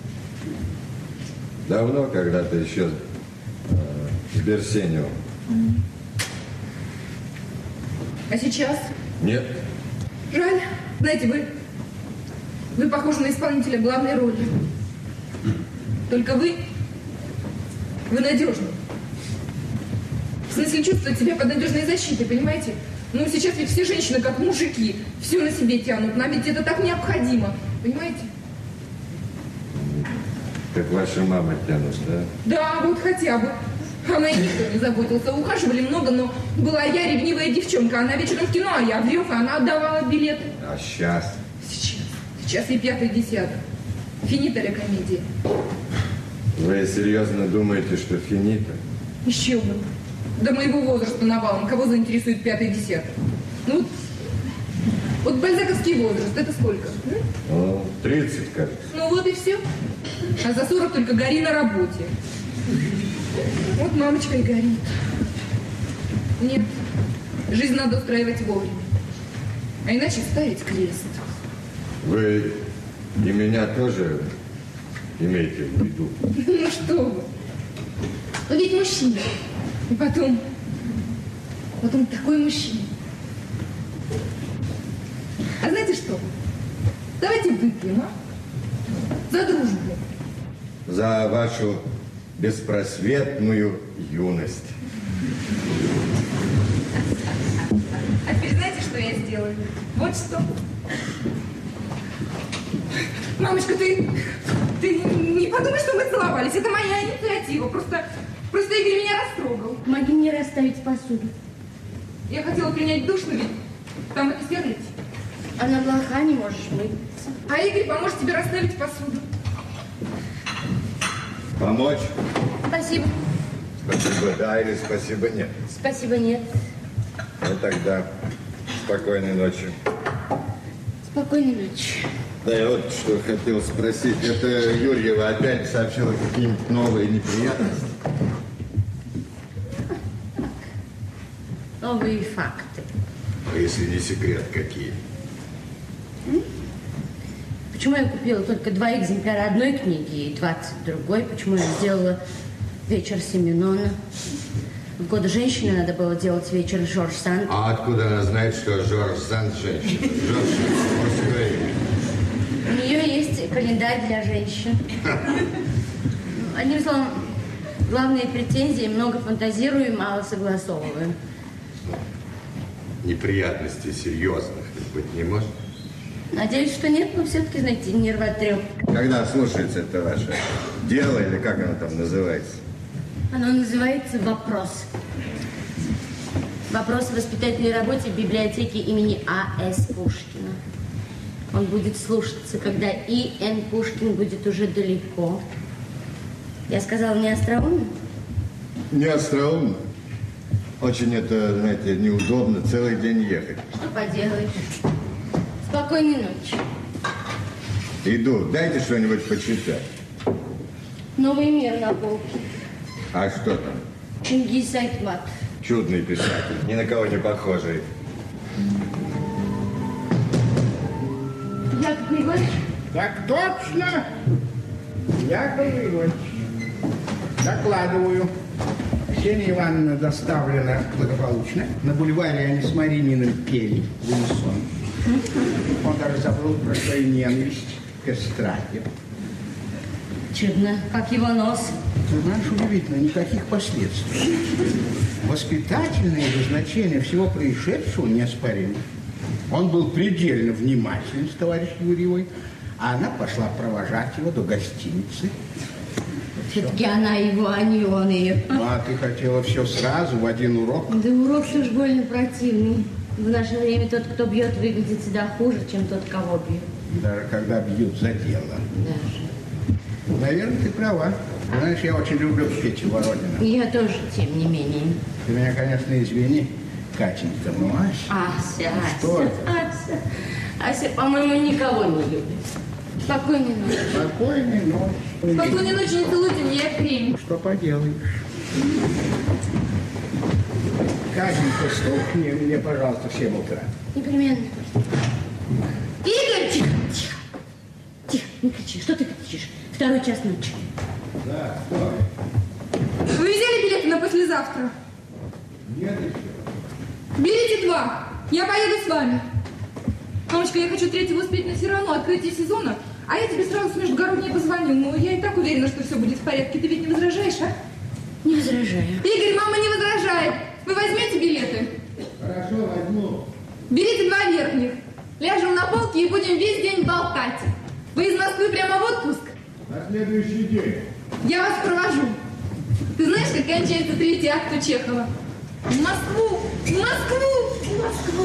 Давно, когда-то еще с Берсеневым. А сейчас? Нет. Жаль. Знаете, вы похожи на исполнителя главной роли. Только вы надежны. В смысле, чувствуете себя под надежной защитой, понимаете? Ну, сейчас ведь все женщины, как мужики, все на себе тянут. Нам ведь это так необходимо, понимаете? Как ваша мама тянут, да? Да, вот хотя бы. Она и никто не заботился. Ухаживали много, но была я ревнивая девчонка. Она вечером в кино, а я в Рёв, и она отдавала билеты. А сейчас? Сейчас ей 5-й десяток. Финита ля комедия. Вы серьезно думаете, что финита? Еще бы. До моего возраста навалом. Кого заинтересует 5-й десяток? Ну, вот бальзаковский возраст, это сколько? Ну, 30, кажется. Ну вот и все. А за 40 только гори на работе. Вот мамочка и горит. Нет, жизнь надо устраивать вовремя. А иначе ставить крест. Вы и меня тоже имеете в виду? Ну что вы. Вы ведь мужчина. И потом такой мужчина. А знаете что? Давайте выпьем, а? За дружбу. За вашу беспросветную юность. А теперь знаете, что я сделаю? Вот что. Мамочка, ты не подумай, что мы целовались. Это моя инициатива. Просто Игорь меня растрогал. Помоги мне расставить посуду. Я хотела принять душ, но ведь там это стерлядь. Она плоха, не можешь мыться. А Игорь поможет тебе расставить посуду. Помочь? Спасибо. Спасибо да или спасибо нет? Спасибо нет. Ну тогда спокойной ночи. Спокойной ночи. Да, я вот что хотел спросить. Это Юрьева опять сообщила какие-нибудь новые неприятности? Новые факты. А если не секрет, какие? Почему я купила только 2 экземпляра одной книги и 20 другой? Почему я сделала вечер Семенона? В годы женщины надо было делать вечер Жорж Санд. А откуда она знает, что Жорж Санд женщина? Жорж мужское имя. У нее есть календарь для женщин. Одним словом, главные претензии: много фантазируем, мало согласовываем. Неприятностей серьезных быть не может? Надеюсь, что нет, но все-таки, знаете, нервотреп. Когда слушается это ваше дело, или как оно там называется? Оно называется «Вопрос». Вопрос о воспитательной работе в библиотеке имени А.С. Пушкина. Он будет слушаться, когда И.Н. Пушкин будет уже далеко. Я сказала, не остроумно? Не остроумно. Очень это, знаете, неудобно целый день ехать. Что поделаешь? Спокойной ночи. Иду, дайте что-нибудь почитать. Новый мир на полке. А что там? Чингис Айтмат. Чудный писатель, ни на кого не похожий. Яков Григорьевич? Так точно. Яков Григорьевич. Докладываю. Ксения Ивановна доставлена благополучно. На бульваре они с Марининым пели в унисон. Он даже забыл про свою ненависть к эстраде. Чудно. Как его нос? Ты знаешь, удивительно, никаких последствий. Воспитательное же значение всего происшедшего неоспоримо. Он был предельно внимателен с товарищем Юрьевой, а она пошла провожать его до гостиницы. Все-таки она его, а не он ее. А ты хотела все сразу, в один урок? Да урок все ж больно противный. В наше время тот, кто бьет, выглядит всегда хуже, чем тот, кого бьет. Даже когда бьют за дело. Даже. Наверное, ты права. Знаешь, я очень люблю Петю Воронина. Я тоже, тем не менее. Ты меня, конечно, извини, Катенька, но Ася, что это? Ася, по-моему, никого не любит. Спокойной ночи. Спокойной ночи. Спокойной ночи, не целуйте меня, крем. Что поделаешь? Катенька, стукни мне, пожалуйста, в 7 утра. Непременно. Игорь, тихо, тихо. Тихо, не кричи. Что ты кричишь? 2 час ночи. Да, что? Вы взяли билеты на послезавтра? Нет еще. Берите 2. Я поеду с вами. Мамочка, я хочу 3-го успеть на Сирано, открытие сезона. А я тебе сразу с междугородней позвоню. Но я и так уверена, что все будет в порядке. Ты ведь не возражаешь, а? Не возражаю. Игорь, мама не возражает. Вы возьмете билеты? Хорошо, возьму. Берите 2 верхних. Ляжем на полке и будем весь день болтать. Вы из Москвы прямо в отпуск? На следующий день. Я вас провожу. Ты знаешь, как кончается 3-й акт у Чехова? В Москву! В Москву! В Москву!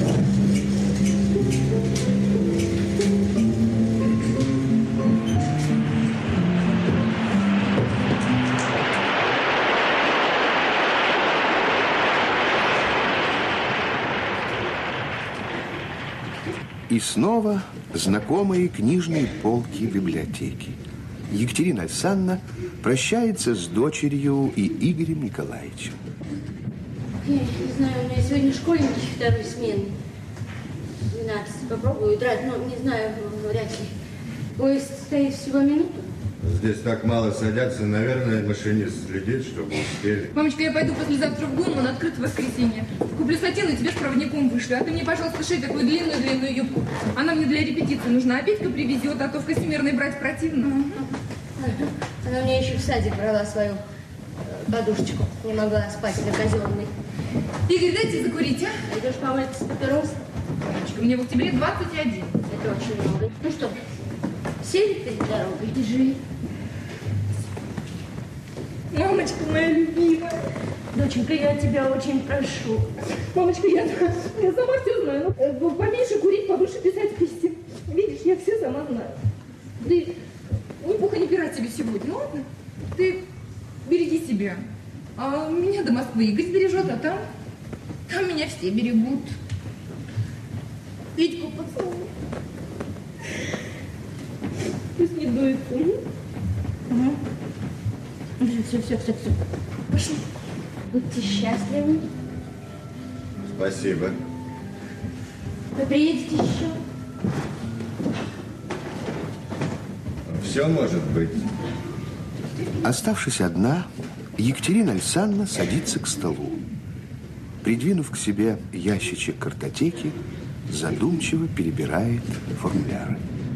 И снова знакомые книжные полки библиотеки. Екатерина Александровна прощается с дочерью и Игорем Николаевичем. Я не знаю, у меня сегодня школьники 2-й смены. 12. Попробую драть, но не знаю, вряд ли. Поезд стоит всего минуту. Здесь так мало садятся, наверное, машинист следит, чтобы успели. Мамочка, я пойду послезавтра в ГУМ, он открыт в воскресенье. Куплю сатин и тебе с проводником вышлю. А ты мне, пожалуйста, шей такую длинную юбку. Она мне для репетиции нужна. А Петька привезет, а то в костюмерной брать противно. Она мне еще в садик брала свою подушечку. Не могла спать на казенной. Игорь, дайте закурить, а? Идешь по улице с папирос? Мамочка, мне в октябре 21. Это очень много. Ну что, сели перед дорогой? Держи. Мамочка моя любимая. Доченька, я тебя очень прошу. Мамочка, я сама все знаю. Ну, поменьше курить, побольше писать писем. Видишь, я все сама знаю. Ты ни пуха, ни пера тебе сегодня, ладно? Ты береги себя. А меня до Москвы Игорь бережет, а там меня все берегут. Петьку поцелуй. Пусть не дуется. Угу. Все. Пошли. Будьте счастливы. Спасибо. Вы приедете еще? Все может быть. Оставшись одна, Екатерина Александровна садится к столу. Придвинув к себе ящичек картотеки, задумчиво перебирает формуляры.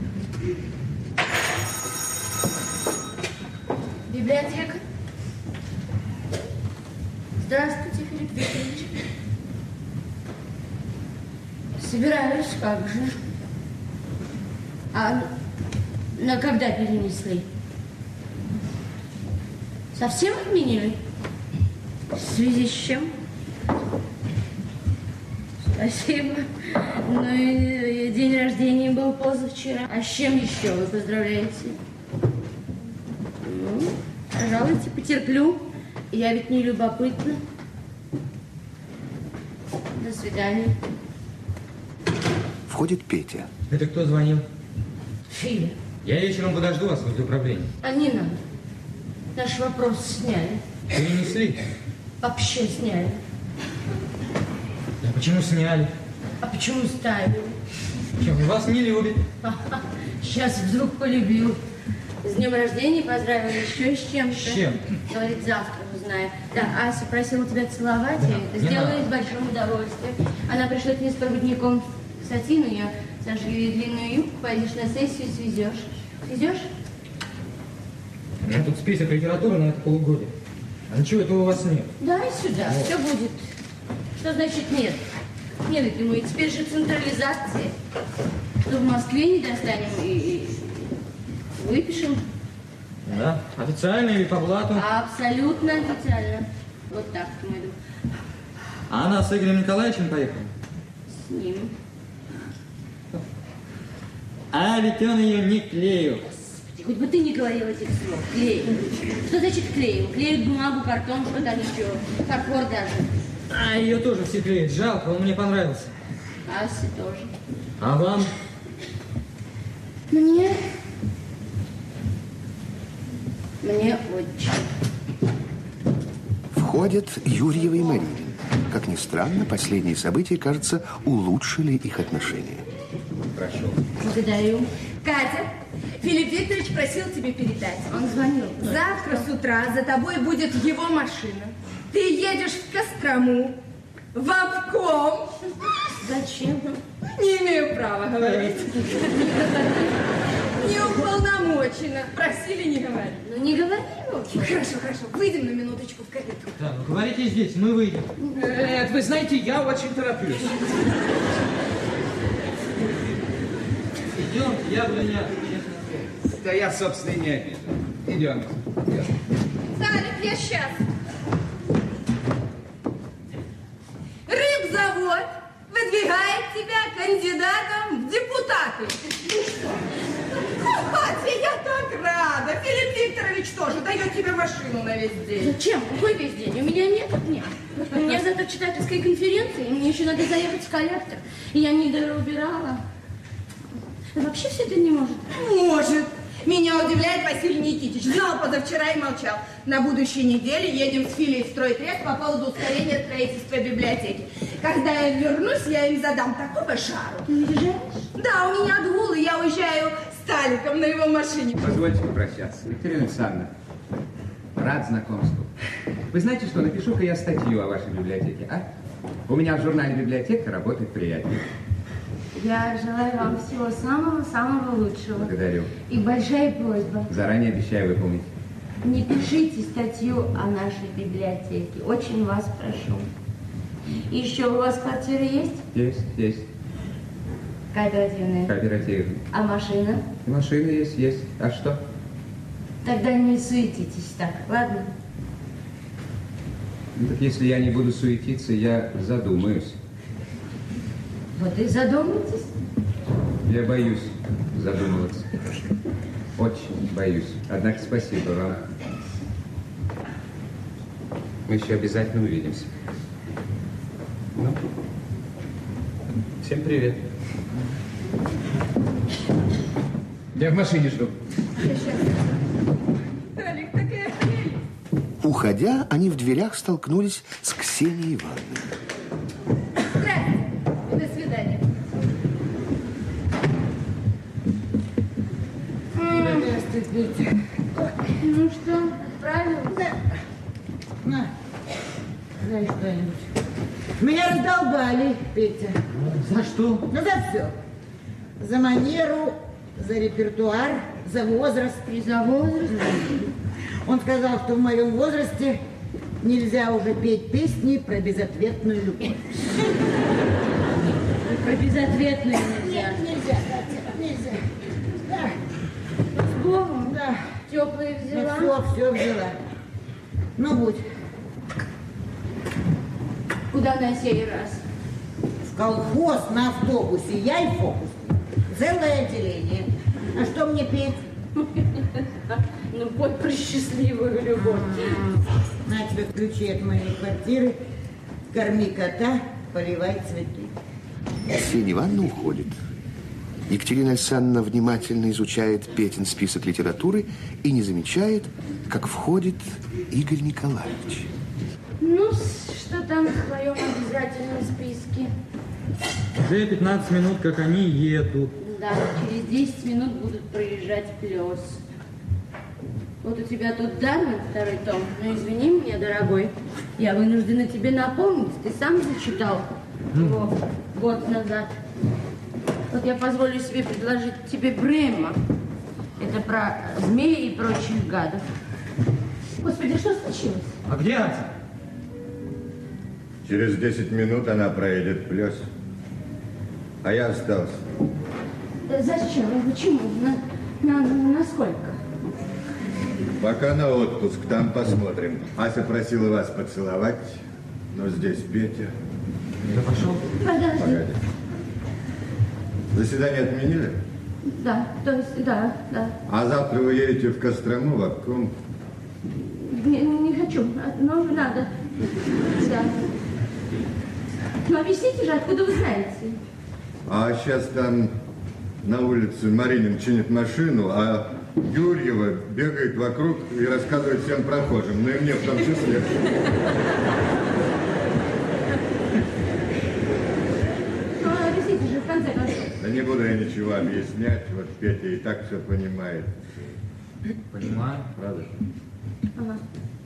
Библиотека. Здравствуйте, Филипп Викторович. Собираюсь, как же. А на когда перенесли? Совсем отменили? В связи с чем? Спасибо. Ну и день рождения был позавчера. А с чем еще вы поздравляете? Ну, пожалуйте, потерплю. Я ведь не любопытна. До свидания. Входит Петя. Это кто звонил? Филя. Я вечером подожду вас возле управления. А не надо. Наш вопрос сняли. Перенесли? Вообще сняли. А почему сняли? А почему ставили? Чем, вас не любит? Сейчас вдруг полюбил. С днем рождения поздравил, еще с чем-то. С чем? Говорит, завтра узнаю. Да, Ася просила тебя целовать, я это сделаю с большим удовольствием. Она пришлет мне с проводником сатину, я сожгу ей длинную юбку, пойдешь на сессию, свезешь. Свезешь? У меня тут список литературы на это полугодие. А ничего этого у вас нет. Дай сюда, Вот. все будет. Что значит нет? Нет, ему и теперь же централизация. Что в Москве не достанем и выпишем. Да? Официально или по блату? Абсолютно официально. Вот так, мой друг. А она с Игорем Николаевичем поехала? С ним. А ведь он ее не клеил. Господи, хоть бы ты не говорил этих слов. Клеил. Что значит клеил? Клеют бумагу, картон, что там еще. Фарфор даже. А ее тоже все клеят. Жалко, он мне понравился. Асе тоже. А вам? Мне очень. Входят Юрьева и Маринин. Как ни странно, последние события, кажется, улучшили их отношения. Прошу. Благодарю. Катя, Филипп Викторович просил тебе передать. Он звонил. Завтра с утра за тобой будет его машина. Ты едешь в Кострому, в обком. Зачем? Не имею права говорить. Не уполномочена. Просили не говорить. Ну не говори. Хорошо, хорошо. Выйдем на минуточку в карету. Да, ну говорите здесь, мы выйдем. Нет, вы знаете, я очень тороплюсь. Идемте, я буду не Да я, собственно, и не обижен. Идем. Салик, я сейчас. Рыбзавод выдвигает тебя кандидатом в депутаты. Катя, я так рада. Филипп Викторович тоже дает тебе машину на весь день. Зачем? Какой весь день? У меня нет дня. У меня завтра читательская конференция, и мне еще надо заехать в коллектор. И я не доубирала. Вообще все это не может. Может. Меня удивляет Василий Никитич. Знал позавчера и молчал. На будущей неделе едем с Филей в стройтрек по поводу ускорения строительства библиотеки. Когда я вернусь, я им задам такого жару. Ты уезжаешь? Да, у меня отгул, и я уезжаю с Таликом на его машине. Позвольте попрощаться. Виктория Александровна, рад знакомству. Вы знаете что, напишу-ка я статью о вашей библиотеке, а? У меня в журнале «Библиотека» работает приятель. Я желаю вам всего самого-самого лучшего. Благодарю. И большая просьба. Заранее обещаю выполнить. Не пишите статью о нашей библиотеке. Очень вас прошу. И еще у вас квартира есть? Есть. Кооперативная. Кооперативная. А машина? И машина есть. А что? Тогда не суетитесь так, ладно? Ну, так если я не буду суетиться, я задумаюсь. Вот и задумайтесь. Я боюсь задумываться. Очень боюсь. Однако спасибо вам. Мы еще обязательно увидимся. Ну, всем привет. Я в машине жду. Талик, такая хрень. Уходя, они в дверях столкнулись с Ксенией Ивановной. Здрасте. До свидания. Здравствуй, Петя. Ну что, правильно? Да. На. Дай что-нибудь. Меня раздолбали, Петя. За что? Ну, за все. За манеру, за репертуар, за возраст. И за возраст? Он сказал, что в моем возрасте нельзя уже петь песни про безответную любовь. Про безответную нельзя. Нет, нельзя, Катя, нельзя. теплые взяла? Все взяла. Ну, будь. Куда на сей раз? В колхоз на автобусе. Я и фокус. Целое отделение. А что мне петь? Ну, пой про счастливую любовь. На тебе ключи от моей квартиры. Корми кота, поливай цветы. Ксения Ивановна уходит. Екатерина Александровна внимательно изучает Петин список литературы и не замечает, как входит Игорь Николаевич. Ну, что там в твоем обязательном списке? Уже 15 минут, как они едут. Да, через 10 минут будут проезжать Плёс. Вот у тебя тут Дарвин, второй том. Но извини меня, дорогой, я вынуждена тебе напомнить. Ты сам зачитал его год назад. Вот я позволю себе предложить тебе Брема. Это про змеи и прочих гадов. Господи, что случилось? А где Ася? Через 10 минут она проедет Плёс. А я остался. Зачем? Почему? На сколько? Пока на отпуск, там посмотрим. Ася просила вас поцеловать, но здесь Петя. Я пошел? Подожди. Заседание отменили? Да, то есть, да. А завтра вы едете в Кострому, в обком? Не хочу, но надо. Да. Ну, объясните же, откуда вы знаете? А сейчас там на улице Маринин чинит машину, а Юрьева бегает вокруг и рассказывает всем прохожим, ну и мне в том числе. Ну, объясните же, в конце концов. Да не буду я ничего объяснять, вот Петя и так все понимает. Понимаю. Правда? Ага.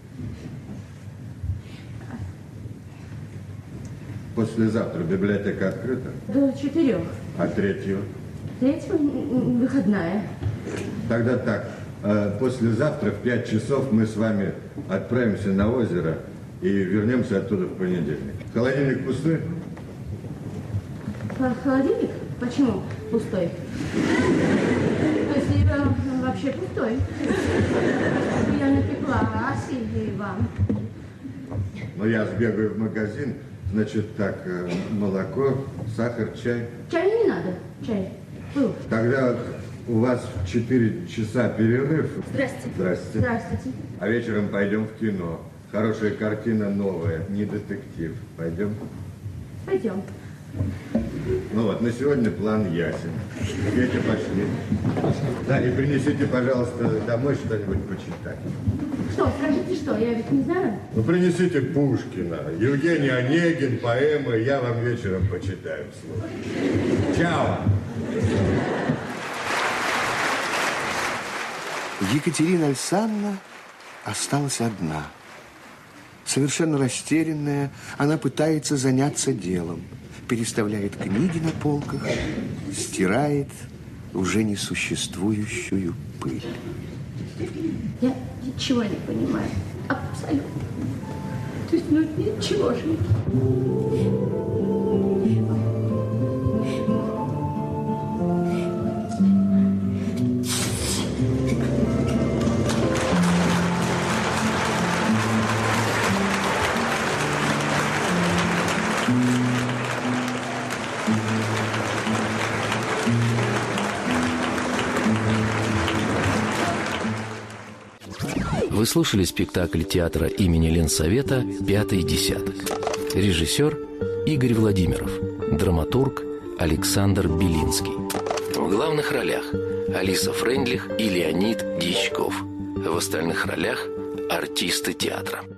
Послезавтра библиотека открыта? До 4. А 3-го? 3 выходная. Тогда так, послезавтра в 5 часов мы с вами отправимся на озеро и вернемся оттуда в понедельник. Холодильник пустой? Холодильник? Почему пустой? То есть вообще пустой. Я напекла Асе и вам. Ну, я сбегаю в магазин, значит так, молоко, сахар, чай. Чай не надо, чай. Тогда у вас в 4 часа перерыв. Здрасте. Здрасте. Здравствуйте. А вечером пойдем в кино. Хорошая картина новая, не детектив. Пойдем? Пойдем. Ну вот, на сегодня план ясен. Петя, пошли. Да, и принесите, пожалуйста, домой что-нибудь почитать. Что, скажите, что? Я ведь не знаю. Ну, принесите Пушкина, Евгений Онегин, поэмы, я вам вечером почитаю вслух. Чао! Екатерина Александровна осталась одна. Совершенно растерянная, она пытается заняться делом. Переставляет книги на полках, стирает уже несуществующую пыль. Я ничего не понимаю. Абсолютно. То есть, ну, ничего же. Вы слушали спектакль театра имени Ленсовета «Пятый десяток». Режиссер Игорь Владимиров. Драматург Александр Белинский. В главных ролях Алиса Фрейндлих и Леонид Дьячков. В остальных ролях артисты театра.